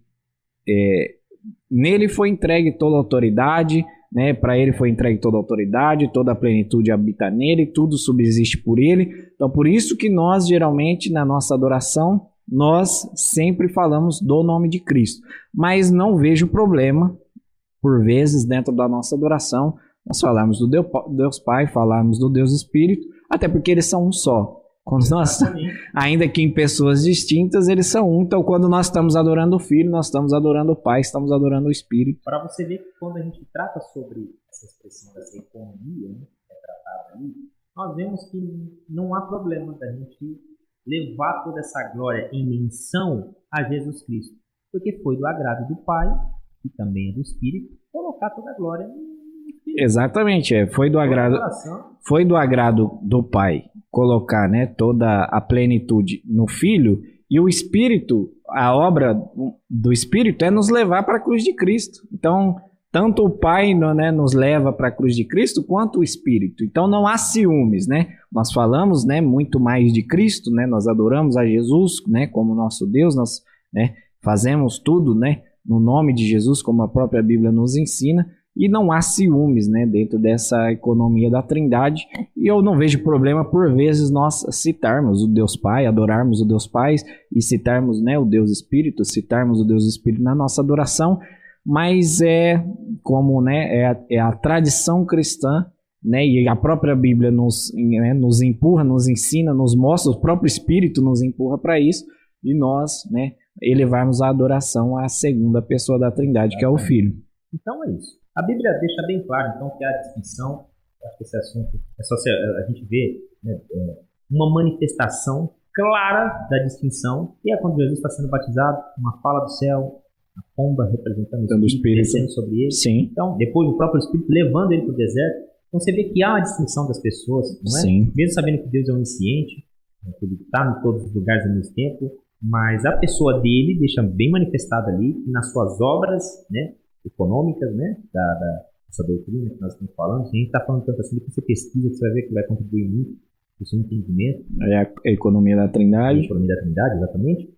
é, nele foi entregue toda a autoridade, né, para ele foi entregue toda a autoridade, toda a plenitude habita nele, tudo subsiste por ele. Então, por isso que nós, geralmente, na nossa adoração, nós sempre falamos do nome de Cristo. Mas não vejo problema, por vezes, dentro da nossa adoração, nós falamos do Deus Pai, falamos do Deus Espírito, até porque eles são um só. Quando nós, ainda que em pessoas distintas, eles são um. Então, quando nós estamos adorando o Filho, nós estamos adorando o Pai, estamos adorando o Espírito. Para você ver que quando a gente trata sobre essa expressão dessa economia, né, que é tratada ali, nós vemos que não há problema da gente levar toda essa glória em menção a Jesus Cristo. Porque foi do agrado do Pai, e também é do Espírito, colocar toda a glória no Espírito. Exatamente, é. Foi do agrado, foi do agrado do Pai colocar, né, toda a plenitude no Filho, e o Espírito, a obra do Espírito é nos levar para a cruz de Cristo. Então, tanto o Pai, né, nos leva para a cruz de Cristo, quanto o Espírito. Então, não há ciúmes, né? Nós falamos, né, muito mais de Cristo, né? Nós adoramos a Jesus, né, como nosso Deus, nós, né, fazemos tudo, né, no nome de Jesus, como a própria Bíblia nos ensina. E não há ciúmes, né, dentro dessa economia da Trindade. E eu não vejo problema, por vezes, nós citarmos o Deus Pai, adorarmos o Deus Pai e citarmos, né, o Deus Espírito, citarmos o Deus Espírito na nossa adoração. Mas é como, né, é a, é a tradição cristã, né, e a própria Bíblia nos, né, nos empurra, nos ensina, nos mostra, o próprio Espírito nos empurra para isso, e nós, né, elevarmos a adoração à segunda pessoa da Trindade, que é o Filho. Então é isso. A Bíblia deixa bem claro, então, que há a distinção. Acho que esse assunto é só se a gente vê, né, é, uma manifestação clara da distinção, que é quando Jesus está sendo batizado, uma fala do céu, a pomba representando o Espírito, descendo sobre ele. Sim. Então, depois o próprio Espírito levando ele para o deserto. Então você vê que há uma distinção das pessoas, não é? Sim. Mesmo sabendo que Deus é onisciente, que ele está em todos os lugares ao mesmo tempo, mas a pessoa dele deixa bem manifestada ali, que nas suas obras, né, econômicas, né, da, da, dessa doutrina que nós estamos falando, se a gente está falando tanto assim, que você pesquisa, você vai ver que vai contribuir muito para o seu entendimento. É a economia da Trindade. A economia da Trindade, exatamente.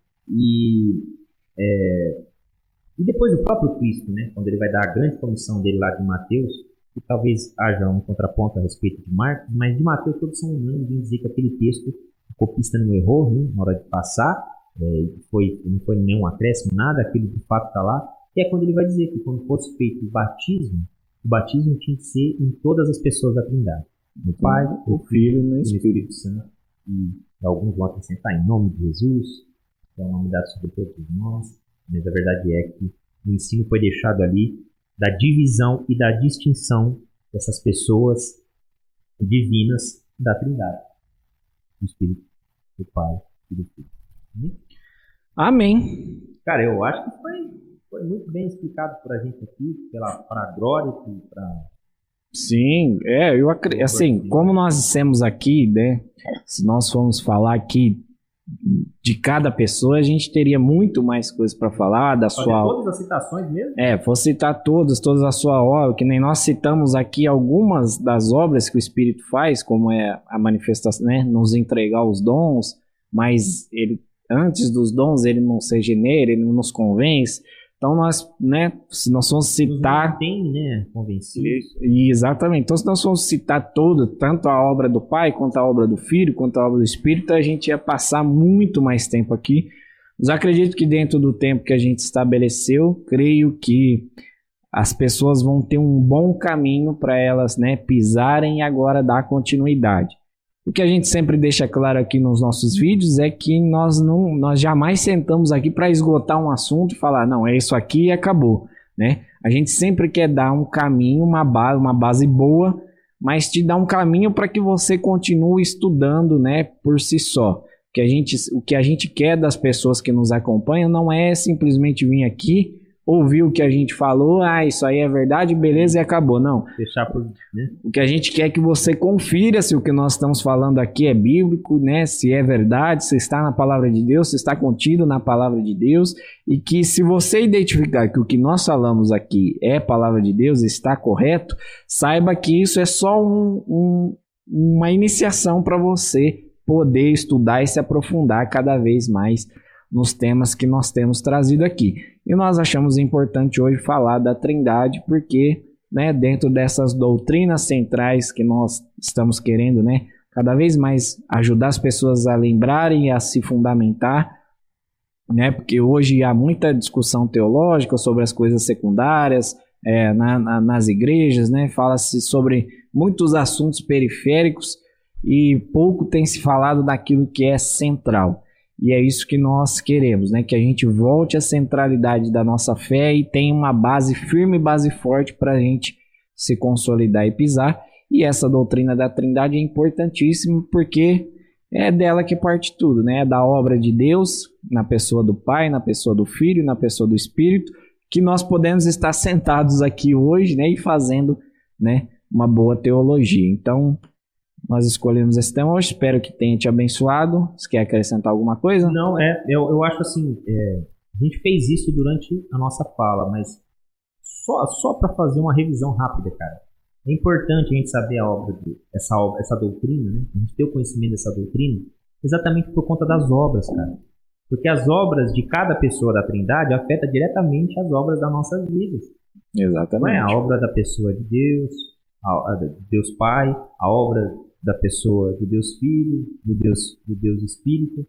E, é, e depois o próprio Cristo, né, quando ele vai dar a grande comissão dele lá de Mateus, que talvez haja um contraponto a respeito de Marcos, mas de Mateus todos são unânimes em dizer que aquele texto, o copista não errou, né, na hora de passar, é, foi, não foi nenhum acréscimo, nada, aquilo de fato está lá, que é quando ele vai dizer que quando fosse feito o batismo, o batismo tinha que ser em todas as pessoas da Trindade. No Pai, o Filho e no Espírito Santo. E alguns vão acrescentar em nome de Jesus, que é o nome dado sobre todos nós. Mas a verdade é que o ensino foi deixado ali da divisão e da distinção dessas pessoas divinas da Trindade. Do Espírito, do Pai e do Filho. Amém. Cara, eu acho que foi... Foi muito bem explicado por a gente aqui, pela para a glória e para... Sim, é, eu acredito, assim, como nós dissemos aqui, né, se nós formos falar aqui de cada pessoa, a gente teria muito mais coisas para falar, da Fazer sua... todas as citações mesmo? É, vou citar todas, todas a sua obra, que nem nós citamos aqui algumas das obras que o Espírito faz, como é a manifestação, né, nos entregar os dons, mas ele, antes dos dons, ele não se regenera, ele não nos convence. Então, nós, né, se nós formos citar... Tem, né, convencido. Exatamente. Então, se nós formos citar todo, tanto a obra do Pai, quanto a obra do Filho, quanto a obra do Espírito, a gente ia passar muito mais tempo aqui. Mas acredito que dentro do tempo que a gente estabeleceu, creio que as pessoas vão ter um bom caminho para elas, né, pisarem e agora dar continuidade. O que a gente sempre deixa claro aqui nos nossos vídeos é que nós, não, nós jamais sentamos aqui para esgotar um assunto e falar, não, é isso aqui e acabou, né? A gente sempre quer dar um caminho, uma base, uma base boa, mas te dar um caminho para que você continue estudando, né, por si só. Que a gente, o que a gente quer das pessoas que nos acompanham não é simplesmente vir aqui, ouvir o que a gente falou, ah, isso aí é verdade, beleza, e acabou. Não. Deixar por, né? O que a gente quer é que você confira se o que nós estamos falando aqui é bíblico, né? Se é verdade, se está na palavra de Deus, se está contido na palavra de Deus, e que se você identificar que o que nós falamos aqui é palavra de Deus, está correto, saiba que isso é só um, um, uma iniciação para você poder estudar e se aprofundar cada vez mais nos temas que nós temos trazido aqui. E nós achamos importante hoje falar da Trindade, porque, né, dentro dessas doutrinas centrais que nós estamos querendo, né, cada vez mais ajudar as pessoas a lembrarem e a se fundamentar, né, porque hoje há muita discussão teológica sobre as coisas secundárias, é, na, na, nas igrejas, né, fala-se sobre muitos assuntos periféricos e pouco tem se falado daquilo que é central. E é isso que nós queremos, né? Que a gente volte à centralidade da nossa fé e tenha uma base firme, base forte para a gente se consolidar e pisar. E essa doutrina da Trindade é importantíssima porque é dela que parte tudo, né? É da obra de Deus, na pessoa do Pai, na pessoa do Filho, na pessoa do Espírito, que nós podemos estar sentados aqui hoje, né? E fazendo, né, uma boa teologia. Então, nós escolhemos esse tema hoje, espero que tenha te abençoado. Você quer acrescentar alguma coisa? Não, é, eu, eu acho assim, é, a gente fez isso durante a nossa fala, mas só, só para fazer uma revisão rápida, cara. É importante a gente saber a obra, de, essa, obra, essa doutrina, né? A gente ter o conhecimento dessa doutrina, exatamente por conta das obras, cara. Porque as obras de cada pessoa da Trindade afetam diretamente as obras das nossas vidas. Exatamente. Não é a obra da pessoa de Deus, a, a de Deus Pai, a obra da pessoa de Deus Filho, do Deus, do Deus Espírito.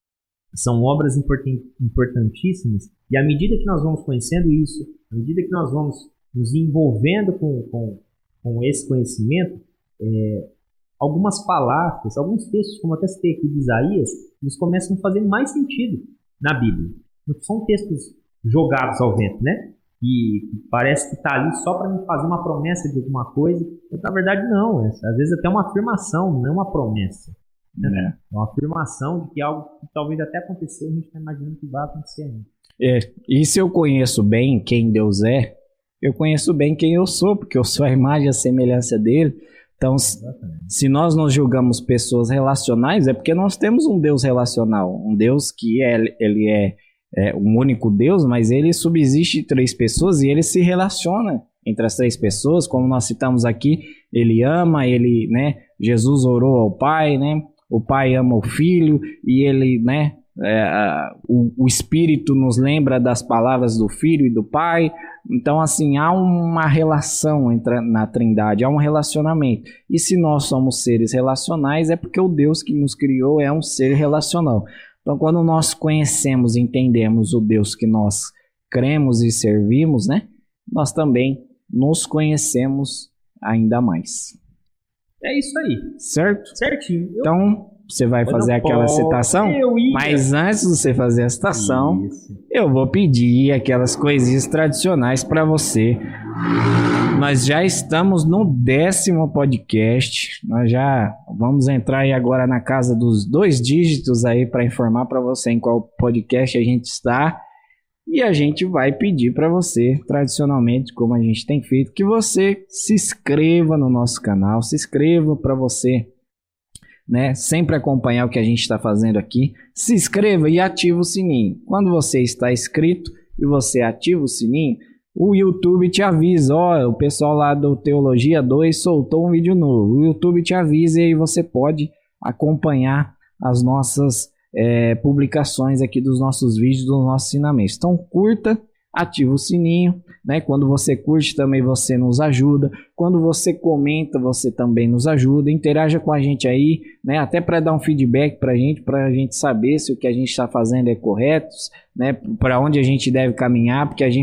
São obras importantíssimas. E à medida que nós vamos conhecendo isso, à medida que nós vamos nos envolvendo com, com, com esse conhecimento, é, algumas palavras, alguns textos, como até citei aqui de Isaías, eles começam a fazer mais sentido na Bíblia. Não são textos jogados ao vento, né? Que parece que está ali só para me fazer uma promessa de alguma coisa. Mas, na verdade, não. É, às vezes até uma afirmação, não uma promessa. Né? É. é uma afirmação de que algo que talvez até aconteceu, a gente está imaginando que vai acontecer ainda. É, e se eu conheço bem quem Deus é, eu conheço bem quem eu sou, porque eu sou a imagem e a semelhança dele. Então, Exatamente. se nós nos julgamos pessoas relacionais, é porque nós temos um Deus relacional. Um Deus que é, ele é... é um único Deus, mas ele subsiste de três pessoas e ele se relaciona entre as três pessoas, como nós citamos aqui, ele ama, ele, né, Jesus orou ao Pai, né, o Pai ama o Filho e ele, né, é, o, o Espírito nos lembra das palavras do Filho e do Pai. Então, assim, há uma relação entre, na Trindade, há um relacionamento. E se nós somos seres relacionais, é porque o Deus que nos criou é um ser relacional. Então, quando nós conhecemos e entendemos o Deus que nós cremos e servimos, né, nós também nos conhecemos ainda mais. É isso aí. Certo? Certinho. Eu... Então, você vai fazer aquela citação? Mas antes de você fazer a citação, isso. eu vou pedir aquelas coisinhas tradicionais para você. Nós já estamos no décimo podcast. Nós já vamos entrar aí agora na casa dos dois dígitos aí para informar para você em qual podcast a gente está. E a gente vai pedir para você, tradicionalmente, como a gente tem feito, que você se inscreva no nosso canal, se inscreva para você, né, sempre acompanhar o que a gente está fazendo aqui. Se inscreva e ativa o sininho. Quando você está inscrito e você ativa o sininho, o YouTube te avisa, ó, o pessoal lá do Teologia dois soltou um vídeo novo. O YouTube te avisa e aí você pode acompanhar as nossas é, publicações aqui dos nossos vídeos, dos nossos ensinamentos. Então curta, ativa o sininho, né? Quando você curte também você nos ajuda. Quando você comenta, você também nos ajuda. Interaja com a gente aí, né? Até para dar um feedback para a gente, para a gente saber se o que a gente está fazendo é correto, né? Para onde a gente deve caminhar, porque a gente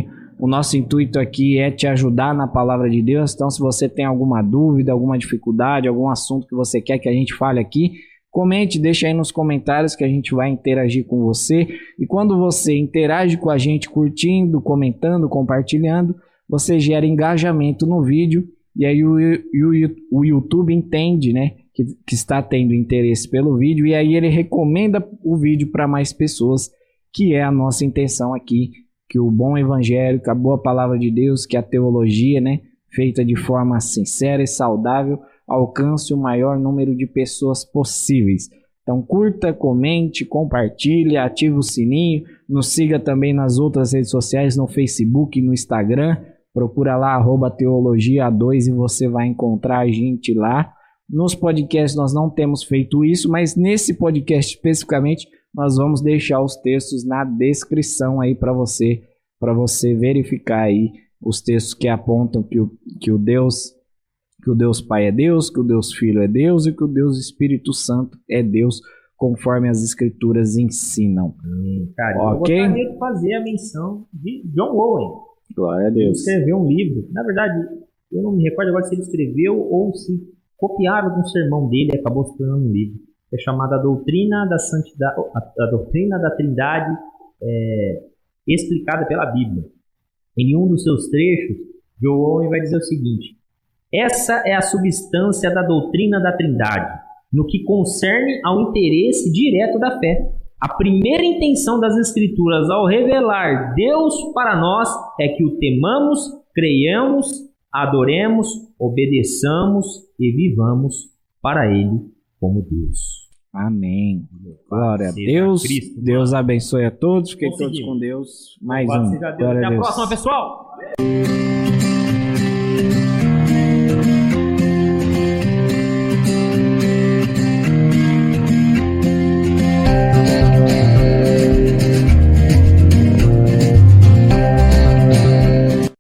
O nosso intuito aqui é te ajudar na palavra de Deus. Então, se você tem alguma dúvida, alguma dificuldade, algum assunto que você quer que a gente fale aqui, comente, deixa aí nos comentários que a gente vai interagir com você. E quando você interage com a gente, curtindo, comentando, compartilhando, você gera engajamento no vídeo. E aí o, o, o YouTube entende, né, que, que está tendo interesse pelo vídeo. E aí ele recomenda o vídeo para mais pessoas, que é a nossa intenção aqui. Que o bom evangelho, que a boa palavra de Deus, que a teologia, né, feita de forma sincera e saudável, alcance o maior número de pessoas possíveis. Então curta, comente, compartilhe, ative o sininho, nos siga também nas outras redes sociais, no Facebook e no Instagram, procura lá arroba teologia dois e você vai encontrar a gente lá. Nos podcasts nós não temos feito isso, mas nesse podcast especificamente nós vamos deixar os textos na descrição aí para você, para você verificar aí os textos que apontam que o, que o Deus, que o Deus Pai é Deus, que o Deus Filho é Deus e que o Deus Espírito Santo é Deus, conforme as Escrituras ensinam. Hum, cara, ok? Eu gostaria de fazer a menção de John Owen. Glória a Deus. Ele escreveu um livro. Na verdade, eu não me recordo agora se ele escreveu ou se copiaram um sermão dele e acabou se tornando um livro. É chamada a doutrina da santidade, a, a doutrina da Trindade é, explicada pela Bíblia. Em um dos seus trechos, John Owen vai dizer o seguinte: essa é a substância da doutrina da Trindade, no que concerne ao interesse direto da fé. A primeira intenção das Escrituras ao revelar Deus para nós é que o temamos, creiamos, adoremos, obedeçamos e vivamos para Ele como Deus. Amém. Glória a Deus. Cristo, Deus abençoe a todos. Fiquem todos com Deus. Mais um. Glória a Deus. Até a próxima, pessoal.